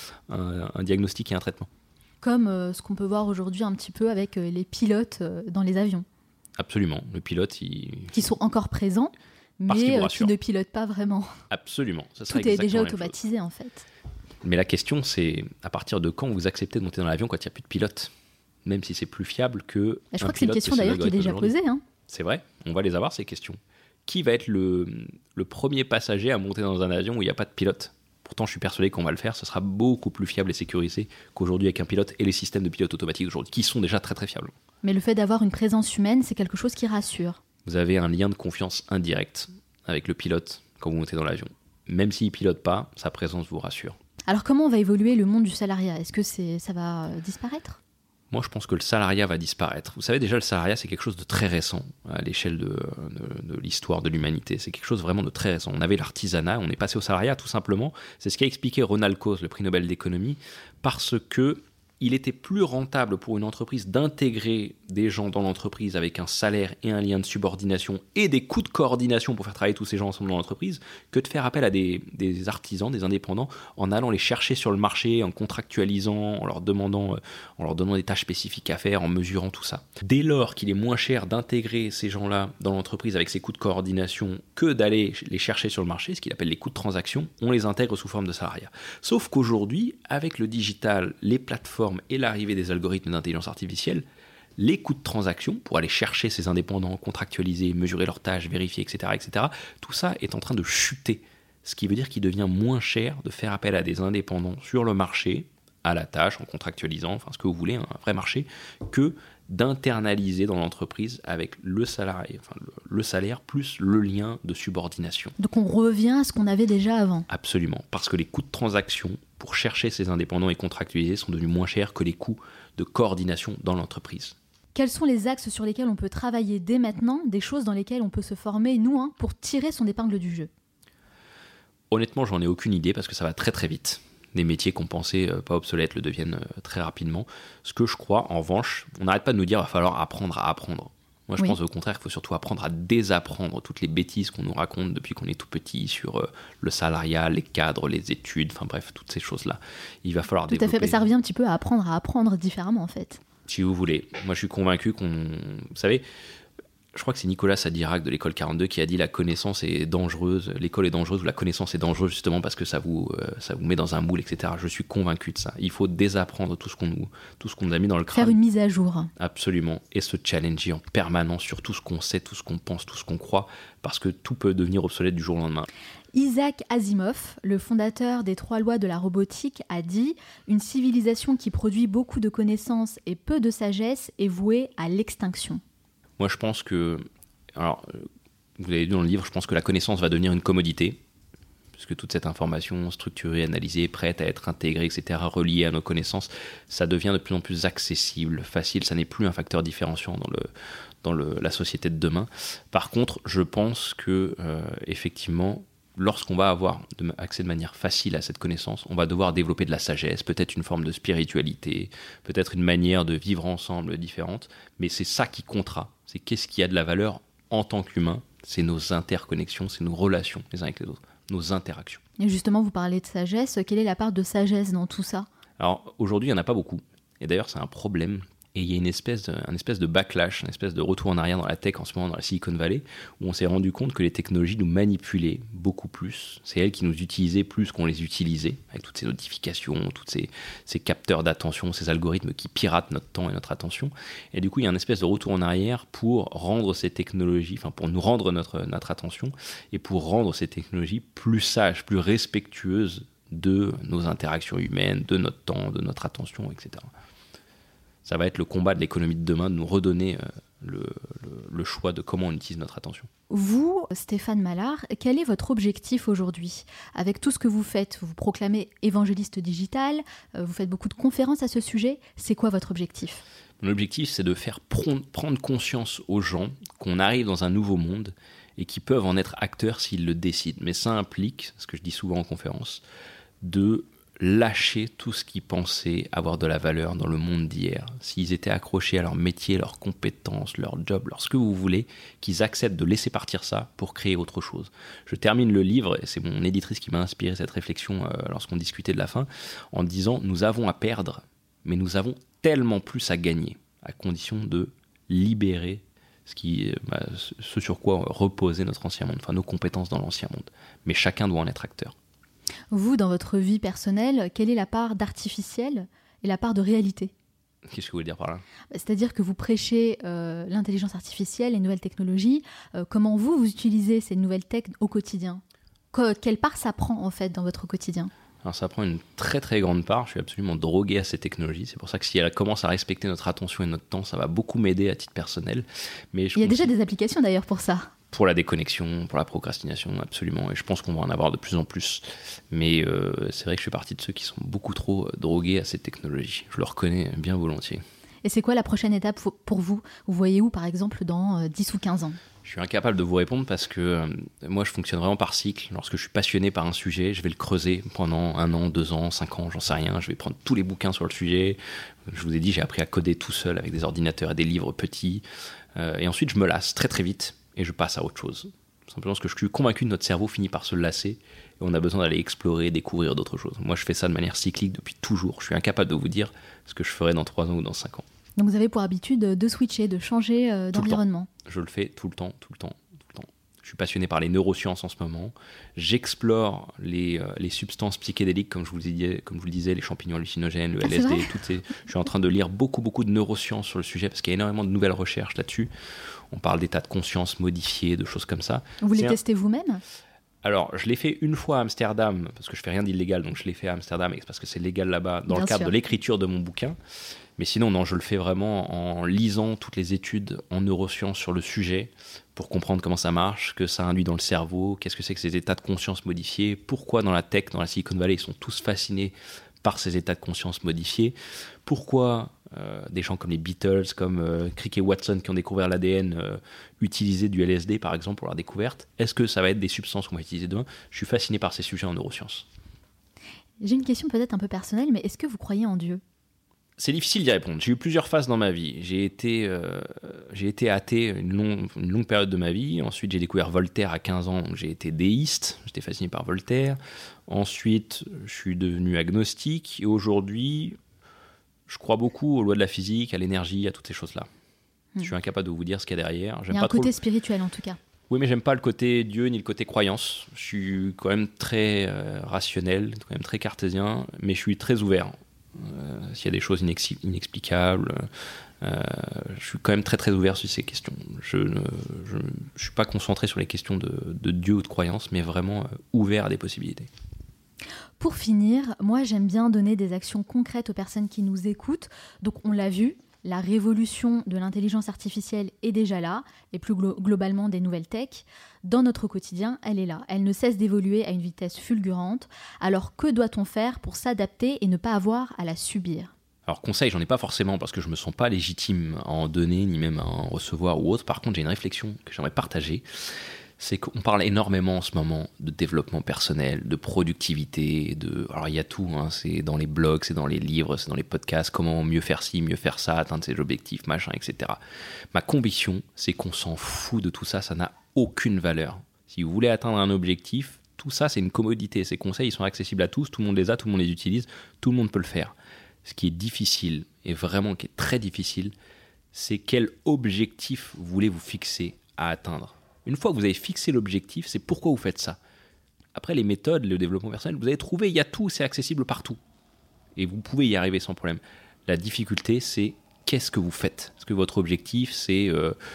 un diagnostic et un traitement. Comme ce qu'on peut voir aujourd'hui un petit peu avec les pilotes dans les avions. Absolument. Le pilote, qui sont encore présents, mais qui ne pilotent pas vraiment. Absolument. Ça Tout est déjà automatisé, en fait. Mais la question, c'est à partir de quand vous acceptez de monter dans l'avion quand il n'y a plus de pilote ? Même si c'est plus fiable que. Je crois que c'est une question d'ailleurs qui est déjà posée. Hein. C'est vrai, on va les avoir, ces questions. Qui va être le premier passager à monter dans un avion où il n'y a pas de pilote ? Pourtant, je suis persuadé qu'on va le faire. Ce sera beaucoup plus fiable et sécurisé qu'aujourd'hui avec un pilote et les systèmes de pilote automatique d'aujourd'hui, qui sont déjà très très fiables. Mais le fait d'avoir une présence humaine, c'est quelque chose qui rassure. Vous avez un lien de confiance indirect avec le pilote quand vous montez dans l'avion. Même s'il ne pilote pas, sa présence vous rassure. Alors comment va évoluer le monde du salariat ? Est-ce que ça va disparaître ? Moi, je pense que le salariat va disparaître. Vous savez, déjà, le salariat, c'est quelque chose de très récent à l'échelle de l'histoire de l'humanité. C'est quelque chose vraiment de très récent. On avait l'artisanat, on est passé au salariat, tout simplement. C'est ce qu'a expliqué Ronald Coase, le prix Nobel d'économie, parce que il était plus rentable pour une entreprise d'intégrer des gens dans l'entreprise avec un salaire et un lien de subordination et des coûts de coordination pour faire travailler tous ces gens ensemble dans l'entreprise que de faire appel à des artisans, des indépendants, en allant les chercher sur le marché, en contractualisant, en leur donnant des tâches spécifiques à faire, en mesurant tout ça. Dès lors qu'il est moins cher d'intégrer ces gens-là dans l'entreprise avec ces coûts de coordination que d'aller les chercher sur le marché, ce qu'il appelle les coûts de transaction, on les intègre sous forme de salariat. Sauf qu'aujourd'hui, avec le digital, les plateformes et l'arrivée des algorithmes d'intelligence artificielle, les coûts de transaction pour aller chercher ces indépendants, contractualiser, mesurer leurs tâches, vérifier, etc., tout ça est en train de chuter. Ce qui veut dire qu'il devient moins cher de faire appel à des indépendants sur le marché, à la tâche, en contractualisant, enfin ce que vous voulez, un vrai marché, que d'internaliser dans l'entreprise avec le salarié, enfin le salaire plus le lien de subordination. Donc on revient à ce qu'on avait déjà avant. Absolument, parce que les coûts de transaction pour chercher ces indépendants et contractualiser sont devenus moins chers que les coûts de coordination dans l'entreprise. Quels sont les axes sur lesquels on peut travailler dès maintenant, des choses dans lesquelles on peut se former, nous, pour tirer son épingle du jeu? Honnêtement, j'en ai aucune idée parce que ça va très très vite. Des métiers qu'on pensait pas obsolètes le deviennent très rapidement. Ce que je crois, en revanche, on n'arrête pas de nous dire qu'il va falloir apprendre à apprendre. Moi, je pense au contraire qu'il faut surtout apprendre à désapprendre toutes les bêtises qu'on nous raconte depuis qu'on est tout petit sur le salariat, les cadres, les études, enfin bref, toutes ces choses-là. Il va falloir développer. Tout à fait, ça revient un petit peu à apprendre différemment en fait. Si vous voulez. Moi, je suis convaincu vous savez, je crois que c'est Nicolas Sadirac de l'école 42 qui a dit la connaissance est dangereuse, l'école est dangereuse ou la connaissance est dangereuse justement parce que ça vous met dans un moule, etc. Je suis convaincu de ça. Il faut désapprendre tout ce qu'on nous a mis dans le crâne. Faire une mise à jour. Absolument. Et se challenger en permanence sur tout ce qu'on sait, tout ce qu'on pense, tout ce qu'on croit, parce que tout peut devenir obsolète du jour au lendemain. Isaac Asimov, le fondateur des 3 lois de la robotique, a dit « Une civilisation qui produit beaucoup de connaissances et peu de sagesse est vouée à l'extinction ». Moi, je pense que, alors, vous l'avez vu dans le livre, je pense que la connaissance va devenir une commodité, puisque toute cette information structurée, analysée, prête à être intégrée, etc., reliée à nos connaissances, ça devient de plus en plus accessible, facile, ça n'est plus un facteur différenciant dans la société de demain. Par contre, je pense que, effectivement, lorsqu'on va avoir accès de manière facile à cette connaissance, on va devoir développer de la sagesse, peut-être une forme de spiritualité, peut-être une manière de vivre ensemble différente, mais c'est ça qui comptera. C'est qu'est-ce qui a de la valeur en tant qu'humain, c'est nos interconnexions, c'est nos relations les uns avec les autres, nos interactions. Et justement, vous parlez de sagesse, quelle est la part de sagesse dans tout ça ? Alors aujourd'hui, il n'y en a pas beaucoup, et d'ailleurs c'est un problème. Et il y a une espèce de backlash, une espèce de retour en arrière dans la tech en ce moment, dans la Silicon Valley, où on s'est rendu compte que les technologies nous manipulaient beaucoup plus. C'est elles qui nous utilisaient plus qu'on les utilisait, avec toutes ces notifications, tous ces capteurs d'attention, ces algorithmes qui piratent notre temps et notre attention. Et du coup, il y a une espèce de retour en arrière pour rendre ces technologies, enfin pour nous rendre notre attention, et pour rendre ces technologies plus sages, plus respectueuses de nos interactions humaines, de notre temps, de notre attention, etc. Ça va être le combat de l'économie de demain, de nous redonner le choix de comment on utilise notre attention. Vous, Stéphane Mallard, quel est votre objectif aujourd'hui ? Avec tout ce que vous faites, vous vous proclamez évangéliste digital, vous faites beaucoup de conférences à ce sujet. C'est quoi votre objectif ? Mon objectif, c'est de faire prendre conscience aux gens qu'on arrive dans un nouveau monde et qu'ils peuvent en être acteurs s'ils le décident. Mais ça implique, ce que je dis souvent en conférence, de lâcher tout ce qu'ils pensaient avoir de la valeur dans le monde d'hier. S'ils étaient accrochés à leur métier, leurs compétences, leur job, ce que vous voulez, qu'ils acceptent de laisser partir ça pour créer autre chose. Je termine le livre, et c'est mon éditrice qui m'a inspiré cette réflexion lorsqu'on discutait de la fin, en disant « Nous avons à perdre, mais nous avons tellement plus à gagner, à condition de libérer ce sur quoi reposait notre ancien monde, enfin nos compétences dans l'ancien monde. Mais chacun doit en être acteur. » Vous, dans votre vie personnelle, quelle est la part d'artificiel et la part de réalité ? Qu'est-ce que vous voulez dire par là ? C'est-à-dire que vous prêchez l'intelligence artificielle, les nouvelles technologies. Comment vous utilisez ces nouvelles tech au quotidien ? Quelle part ça prend en fait dans votre quotidien ? Alors ça prend une très très grande part. Je suis absolument drogué à ces technologies. C'est pour ça que si elle commence à respecter notre attention et notre temps, ça va beaucoup m'aider à titre personnel. Mais il y a déjà des applications d'ailleurs pour ça. Pour la déconnexion, pour la procrastination, absolument. Et je pense qu'on va en avoir de plus en plus. Mais c'est vrai que je fais partie de ceux qui sont beaucoup trop drogués à ces technologies. Je le reconnais bien volontiers. Et c'est quoi la prochaine étape pour vous ? Vous voyez où, par exemple, dans 10 ou 15 ans ? Je suis incapable de vous répondre parce que moi, je fonctionne vraiment par cycle. Lorsque je suis passionné par un sujet, je vais le creuser pendant 1 an, 2 ans, 5 ans, j'en sais rien. Je vais prendre tous les bouquins sur le sujet. Je vous ai dit, j'ai appris à coder tout seul avec des ordinateurs et des livres petits. Et ensuite, je me lasse très très vite et je passe à autre chose. Simplement parce que je suis convaincu que notre cerveau finit par se lasser et on a besoin d'aller explorer, découvrir d'autres choses. Moi, je fais ça de manière cyclique depuis toujours. Je suis incapable de vous dire ce que je ferai dans 3 ans ou dans 5 ans. Donc vous avez pour habitude de switcher, de changer d'environnement. Je le fais tout le temps. Je suis passionné par les neurosciences en ce moment. J'explore les substances psychédéliques, comme je vous le disais, les champignons hallucinogènes, le LSD, je suis en train de lire beaucoup de neurosciences sur le sujet parce qu'il y a énormément de nouvelles recherches là-dessus. On parle d'états de conscience modifiés, de choses comme ça. Vous les testez vous-même ? Alors, je l'ai fait une fois à Amsterdam, parce que je fais rien d'illégal, donc je l'ai fait à Amsterdam, parce que c'est légal là-bas, dans le cadre de l'écriture de mon bouquin. Mais sinon, non, je le fais vraiment en lisant toutes les études en neurosciences sur le sujet, pour comprendre comment ça marche, ce que ça induit dans le cerveau, qu'est-ce que c'est que ces états de conscience modifiés, pourquoi dans la tech, dans la Silicon Valley, ils sont tous fascinés par ces états de conscience modifiés, pourquoi des gens comme les Beatles, comme Crick et Watson qui ont découvert l'ADN, utilisaient du LSD par exemple pour leur découverte. Est-ce que ça va être des substances qu'on va utiliser demain ? Je suis fasciné par ces sujets en neurosciences. J'ai une question peut-être un peu personnelle, mais est-ce que vous croyez en Dieu ? C'est difficile d'y répondre. J'ai eu plusieurs phases dans ma vie. J'ai été athée une longue période de ma vie. Ensuite, j'ai découvert Voltaire à 15 ans, donc j'ai été déiste. J'étais fasciné par Voltaire. Ensuite, je suis devenu agnostique. Et aujourd'hui, je crois beaucoup aux lois de la physique, à l'énergie, à toutes ces choses-là. Je suis incapable de vous dire ce qu'il y a derrière. Il y a un côté spirituel en tout cas. Oui, mais j'aime pas le côté Dieu ni le côté croyance. Je suis quand même très rationnel, quand même très cartésien, mais je suis très ouvert. S'il y a des choses inexplicables, je suis quand même très très ouvert sur ces questions. Je suis pas concentré sur les questions de Dieu ou de croyance, mais vraiment ouvert à des possibilités. Pour finir, moi j'aime bien donner des actions concrètes aux personnes qui nous écoutent. Donc on l'a vu, la révolution de l'intelligence artificielle est déjà là, et plus globalement des nouvelles tech. Dans notre quotidien, elle est là. Elle ne cesse d'évoluer à une vitesse fulgurante. Alors que doit-on faire pour s'adapter et ne pas avoir à la subir ? Alors conseil, j'en ai pas forcément parce que je me sens pas légitime à en donner, ni même à en recevoir ou autre. Par contre, j'ai une réflexion que j'aimerais partager. C'est qu'on parle énormément en ce moment de développement personnel, de productivité, alors il y a tout, hein, c'est dans les blogs, c'est dans les livres, c'est dans les podcasts, comment mieux faire ci, mieux faire ça, atteindre ses objectifs, machin, etc. Ma conviction, c'est qu'on s'en fout de tout ça, ça n'a aucune valeur. Si vous voulez atteindre un objectif, tout ça c'est une commodité, ces conseils ils sont accessibles à tous, tout le monde les a, tout le monde les utilise, tout le monde peut le faire. Ce qui est difficile, et vraiment qui est très difficile, c'est quel objectif vous voulez vous fixer à atteindre. Une fois que vous avez fixé l'objectif, c'est pourquoi vous faites ça. Après, les méthodes, le développement personnel, vous avez trouvé, il y a tout, c'est accessible partout. Et vous pouvez y arriver sans problème. La difficulté, c'est qu'est-ce que vous faites ? Est-ce que votre objectif, c'est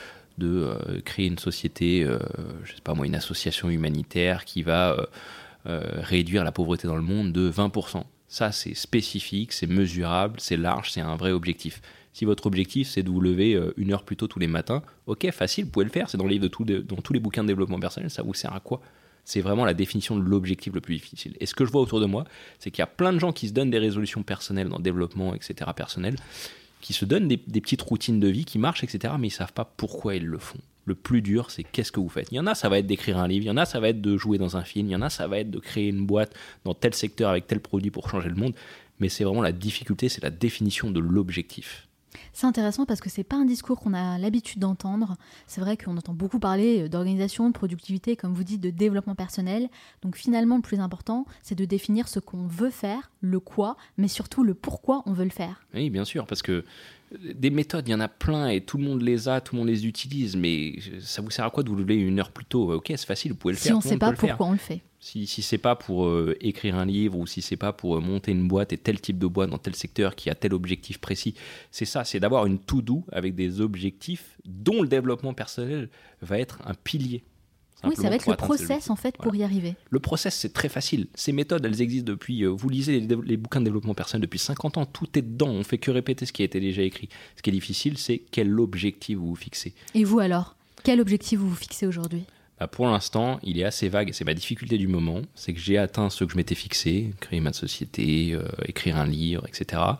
de créer une société, je sais pas moi, une association humanitaire qui va réduire la pauvreté dans le monde de 20%. Ça, c'est spécifique, c'est mesurable, c'est large, c'est un vrai objectif. Si votre objectif, c'est de vous lever 1 heure plus tôt tous les matins, ok, facile, vous pouvez le faire, c'est dans les livres dans tous les bouquins de développement personnel, ça vous sert à quoi ? C'est vraiment la définition de l'objectif le plus difficile. Et ce que je vois autour de moi, c'est qu'il y a plein de gens qui se donnent des résolutions personnelles dans le développement, etc., personnel, qui se donnent des petites routines de vie qui marchent, etc., mais ils ne savent pas pourquoi ils le font. Le plus dur, c'est qu'est-ce que vous faites. Il y en a, ça va être d'écrire un livre, il y en a, ça va être de jouer dans un film, il y en a, ça va être de créer une boîte dans tel secteur avec tel produit pour changer le monde, mais c'est vraiment la difficulté, c'est la définition de l'objectif. C'est intéressant parce que c'est pas un discours qu'on a l'habitude d'entendre. C'est vrai qu'on entend beaucoup parler d'organisation, de productivité, comme vous dites, de développement personnel. Donc finalement, le plus important, c'est de définir ce qu'on veut faire, le quoi, mais surtout le pourquoi on veut le faire. Oui, bien sûr, parce que des méthodes, il y en a plein et tout le monde les a, tout le monde les utilise, mais ça vous sert à quoi de vous lever 1 heure plus tôt ? Ok, c'est facile, vous pouvez le faire. Si on ne sait pas pourquoi on le fait. Si c'est pas pour écrire un livre ou si c'est pas pour monter une boîte et tel type de boîte dans tel secteur qui a tel objectif précis, c'est ça, c'est d'avoir une to-do avec des objectifs dont le développement personnel va être un pilier. Oui, ça va être le process en fait pour y arriver. Le process, c'est très facile. Ces méthodes, elles existent depuis, vous lisez les bouquins de développement personnel depuis 50 ans, tout est dedans, on fait que répéter ce qui a été déjà écrit. Ce qui est difficile, c'est quel objectif vous vous fixez. Et vous alors, quel objectif vous vous fixez aujourd'hui ? Pour l'instant, il est assez vague et c'est ma difficulté du moment, c'est que j'ai atteint ce que je m'étais fixé, créer ma société, écrire un livre, etc.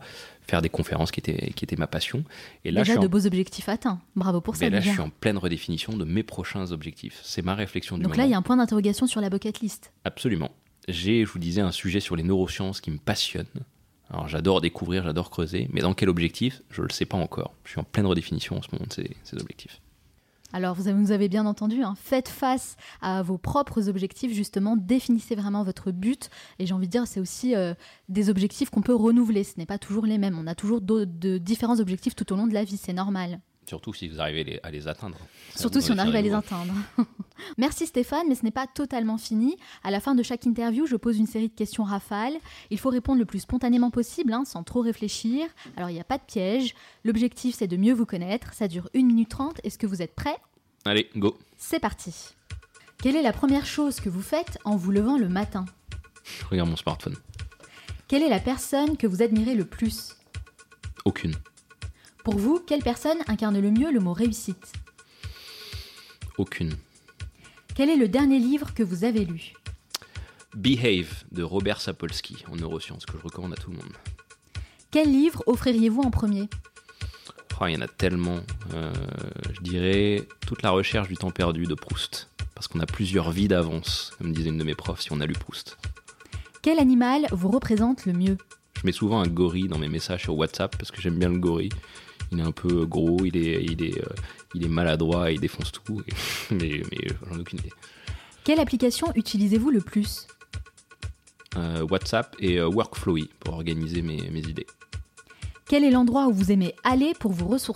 faire des conférences qui étaient ma passion. Et là, déjà de beaux objectifs atteints. Bravo pour ça. Et là, déjà. je suis en pleine redéfinition de mes prochains objectifs. C'est ma réflexion du moment. Donc là, il y a un point d'interrogation sur la bucket list. Absolument. J'ai, je vous disais, un sujet sur les neurosciences qui me passionne. Alors j'adore découvrir, j'adore creuser, mais dans quel objectif, je ne le sais pas encore. Je suis en pleine redéfinition en ce moment de ces objectifs. Alors vous nous avez bien entendu, hein. Faites face à vos propres objectifs, justement, définissez vraiment votre but. Et j'ai envie de dire, c'est aussi des objectifs qu'on peut renouveler, ce n'est pas toujours les mêmes. On a toujours de différents objectifs tout au long de la vie, c'est normal. Surtout si vous arrivez à les atteindre. Surtout si on arrive à les atteindre. Merci Stéphane, mais ce n'est pas totalement fini. À la fin de chaque interview, je pose une série de questions rafales. Il faut répondre le plus spontanément possible, hein, sans trop réfléchir. Alors il n'y a pas de piège. L'objectif, c'est de mieux vous connaître. Ça dure 1 minute 30. Est-ce que vous êtes prêts ? Allez, go. C'est parti. Quelle est la première chose que vous faites en vous levant le matin ? Je regarde mon smartphone. Quelle est la personne que vous admirez le plus ? Aucune. Pour vous, quelle personne incarne le mieux le mot réussite ? Aucune. Quel est le dernier livre que vous avez lu ? Behave de Robert Sapolsky en neurosciences, que je recommande à tout le monde. Quel livre offririez-vous en premier ? Oh, il y en a tellement. Je dirais Toute la recherche du temps perdu de Proust. Parce qu'on a plusieurs vies d'avance, comme disait une de mes profs, si on a lu Proust. Quel animal vous représente le mieux ? Je mets souvent un gorille dans mes messages sur WhatsApp parce que j'aime bien le gorille. Il est un peu gros, il est maladroit, il défonce tout. Mais j'en ai aucune idée. Quelle application utilisez-vous le plus ? WhatsApp et Workflowy pour organiser mes idées. Quel est l'endroit où vous aimez aller pour vous ressourcer ?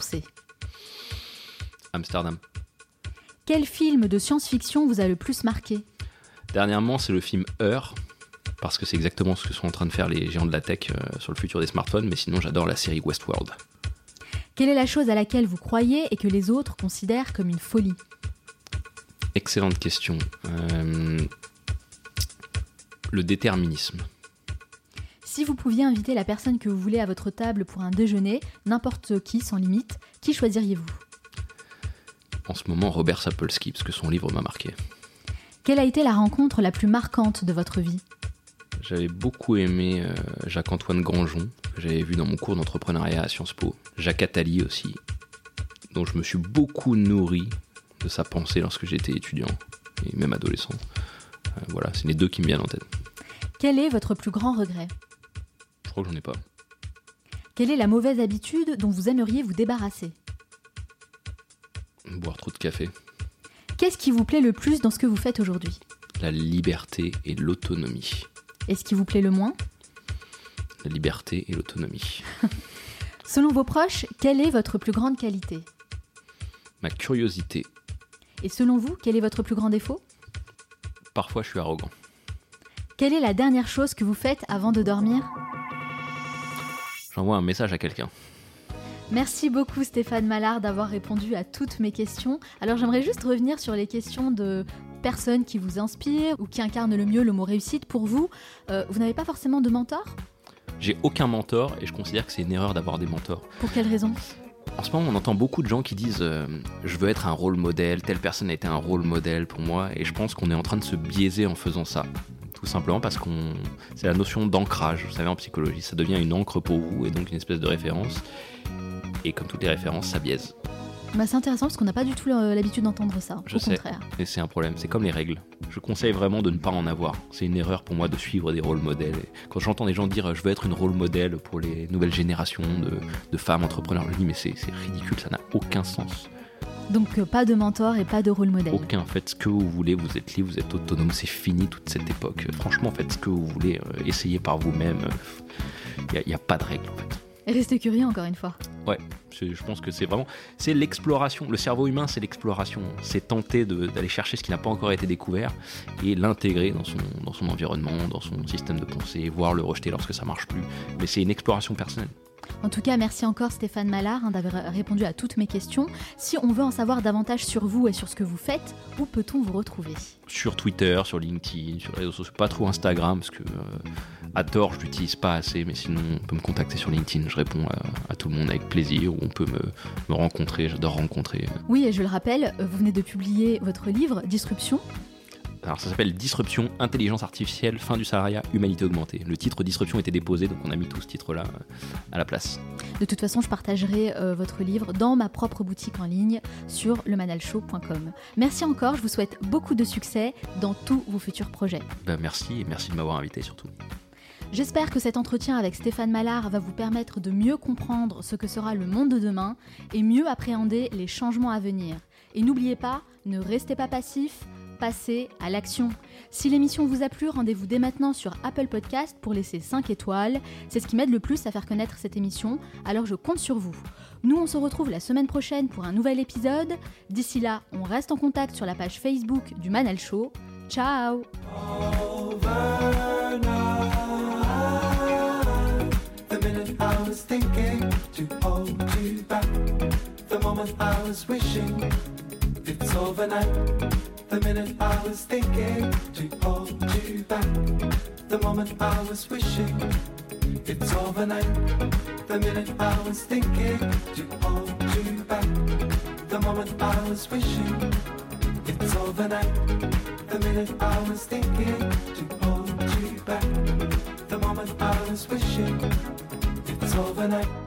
Amsterdam. Quel film de science-fiction vous a le plus marqué ? Dernièrement, c'est le film Heure, parce que c'est exactement ce que sont en train de faire les géants de la tech sur le futur des smartphones, mais sinon j'adore la série Westworld. Quelle est la chose à laquelle vous croyez et que les autres considèrent comme une folie ? Excellente question. Le déterminisme. Si vous pouviez inviter la personne que vous voulez à votre table pour un déjeuner, n'importe qui, sans limite, qui choisiriez-vous ? En ce moment, Robert Sapolsky, parce que son livre m'a marqué. Quelle a été la rencontre la plus marquante de votre vie ? J'avais beaucoup aimé Jacques-Antoine Granjon, que j'avais vu dans mon cours d'entrepreneuriat à Sciences Po. Jacques Attali aussi, dont je me suis beaucoup nourri de sa pensée lorsque j'étais étudiant, et même adolescent. Voilà, c'est les deux qui me viennent en tête. Quel est votre plus grand regret ? Je crois que j'en ai pas. Quelle est la mauvaise habitude dont vous aimeriez vous débarrasser ? Boire trop de café. Qu'est-ce qui vous plaît le plus dans ce que vous faites aujourd'hui ? La liberté et l'autonomie. Et ce qui vous plaît le moins ? La liberté et l'autonomie. Selon vos proches, quelle est votre plus grande qualité ? Ma curiosité. Et selon vous, quel est votre plus grand défaut ? Parfois, je suis arrogant. Quelle est la dernière chose que vous faites avant de dormir ? J'envoie un message à quelqu'un. Merci beaucoup Stéphane Mallard d'avoir répondu à toutes mes questions. Alors j'aimerais juste revenir sur les questions de personnes qui vous inspirent ou qui incarnent le mieux le mot réussite. Pour vous, vous n'avez pas forcément de mentor ? J'ai aucun mentor et je considère que c'est une erreur d'avoir des mentors. Pour quelle raison ? En ce moment, on entend beaucoup de gens qui disent je veux être un rôle modèle, telle personne a été un rôle modèle pour moi, et je pense qu'on est en train de se biaiser en faisant ça. Tout simplement parce que c'est la notion d'ancrage. Vous savez, en psychologie, ça devient une encre pour vous et donc une espèce de référence. Et comme toutes les références, ça biaise. Bah c'est intéressant parce qu'on n'a pas du tout l'habitude d'entendre ça, Je au sais, contraire. Et c'est un problème, c'est comme les règles. Je conseille vraiment de ne pas en avoir. C'est une erreur pour moi de suivre des rôles modèles. Et quand j'entends des gens dire je veux être une rôle modèle pour les nouvelles générations de femmes entrepreneurs, je dis mais c'est ridicule, ça n'a aucun sens. Donc pas de mentor et pas de rôle modèle. Aucun, faites ce que vous voulez, vous êtes libre, vous êtes autonome, c'est fini toute cette époque. Franchement, faites ce que vous voulez, essayez par vous-même. Il n'y a pas de règles en fait. Et restez curieux encore une fois. Ouais, je pense que c'est l'exploration. Le cerveau humain, c'est l'exploration. C'est tenter d'aller chercher ce qui n'a pas encore été découvert et l'intégrer dans son environnement, dans son système de pensée, voire le rejeter lorsque ça marche plus. Mais c'est une exploration personnelle. En tout cas, merci encore Stéphane Mallard d'avoir répondu à toutes mes questions. Si on veut en savoir davantage sur vous et sur ce que vous faites, où peut-on vous retrouver ? Sur Twitter, sur LinkedIn, sur les réseaux sociaux, pas trop Instagram, parce que à tort, je l'utilise pas assez, mais sinon, on peut me contacter sur LinkedIn, je réponds à tout le monde avec plaisir, ou on peut me rencontrer, j'adore rencontrer. Oui, et je le rappelle, vous venez de publier votre livre, Disruption. Alors ça s'appelle Disruption, intelligence artificielle, fin du salariat, humanité augmentée. Le titre Disruption était déposé, donc on a mis tout ce titre-là à la place. De toute façon, je partagerai votre livre dans ma propre boutique en ligne sur lemanalshow.com. Merci encore, je vous souhaite beaucoup de succès dans tous vos futurs projets. Merci, et merci de m'avoir invité surtout. J'espère que cet entretien avec Stéphane Mallard va vous permettre de mieux comprendre ce que sera le monde de demain et mieux appréhender les changements à venir. Et n'oubliez pas, ne restez pas passif, passez à l'action. Si l'émission vous a plu, rendez-vous dès maintenant sur Apple Podcast pour laisser 5 étoiles. C'est ce qui m'aide le plus à faire connaître cette émission, alors je compte sur vous. Nous, on se retrouve la semaine prochaine pour un nouvel épisode. D'ici là, on reste en contact sur la page Facebook du Manal Show. Ciao! It's overnight. The minute I was thinking to hold you back. The moment I was wishing. It's overnight. The minute I was thinking to hold you back. The moment I was wishing. It's overnight. The minute I was thinking to hold you back. The moment I was wishing. It's overnight.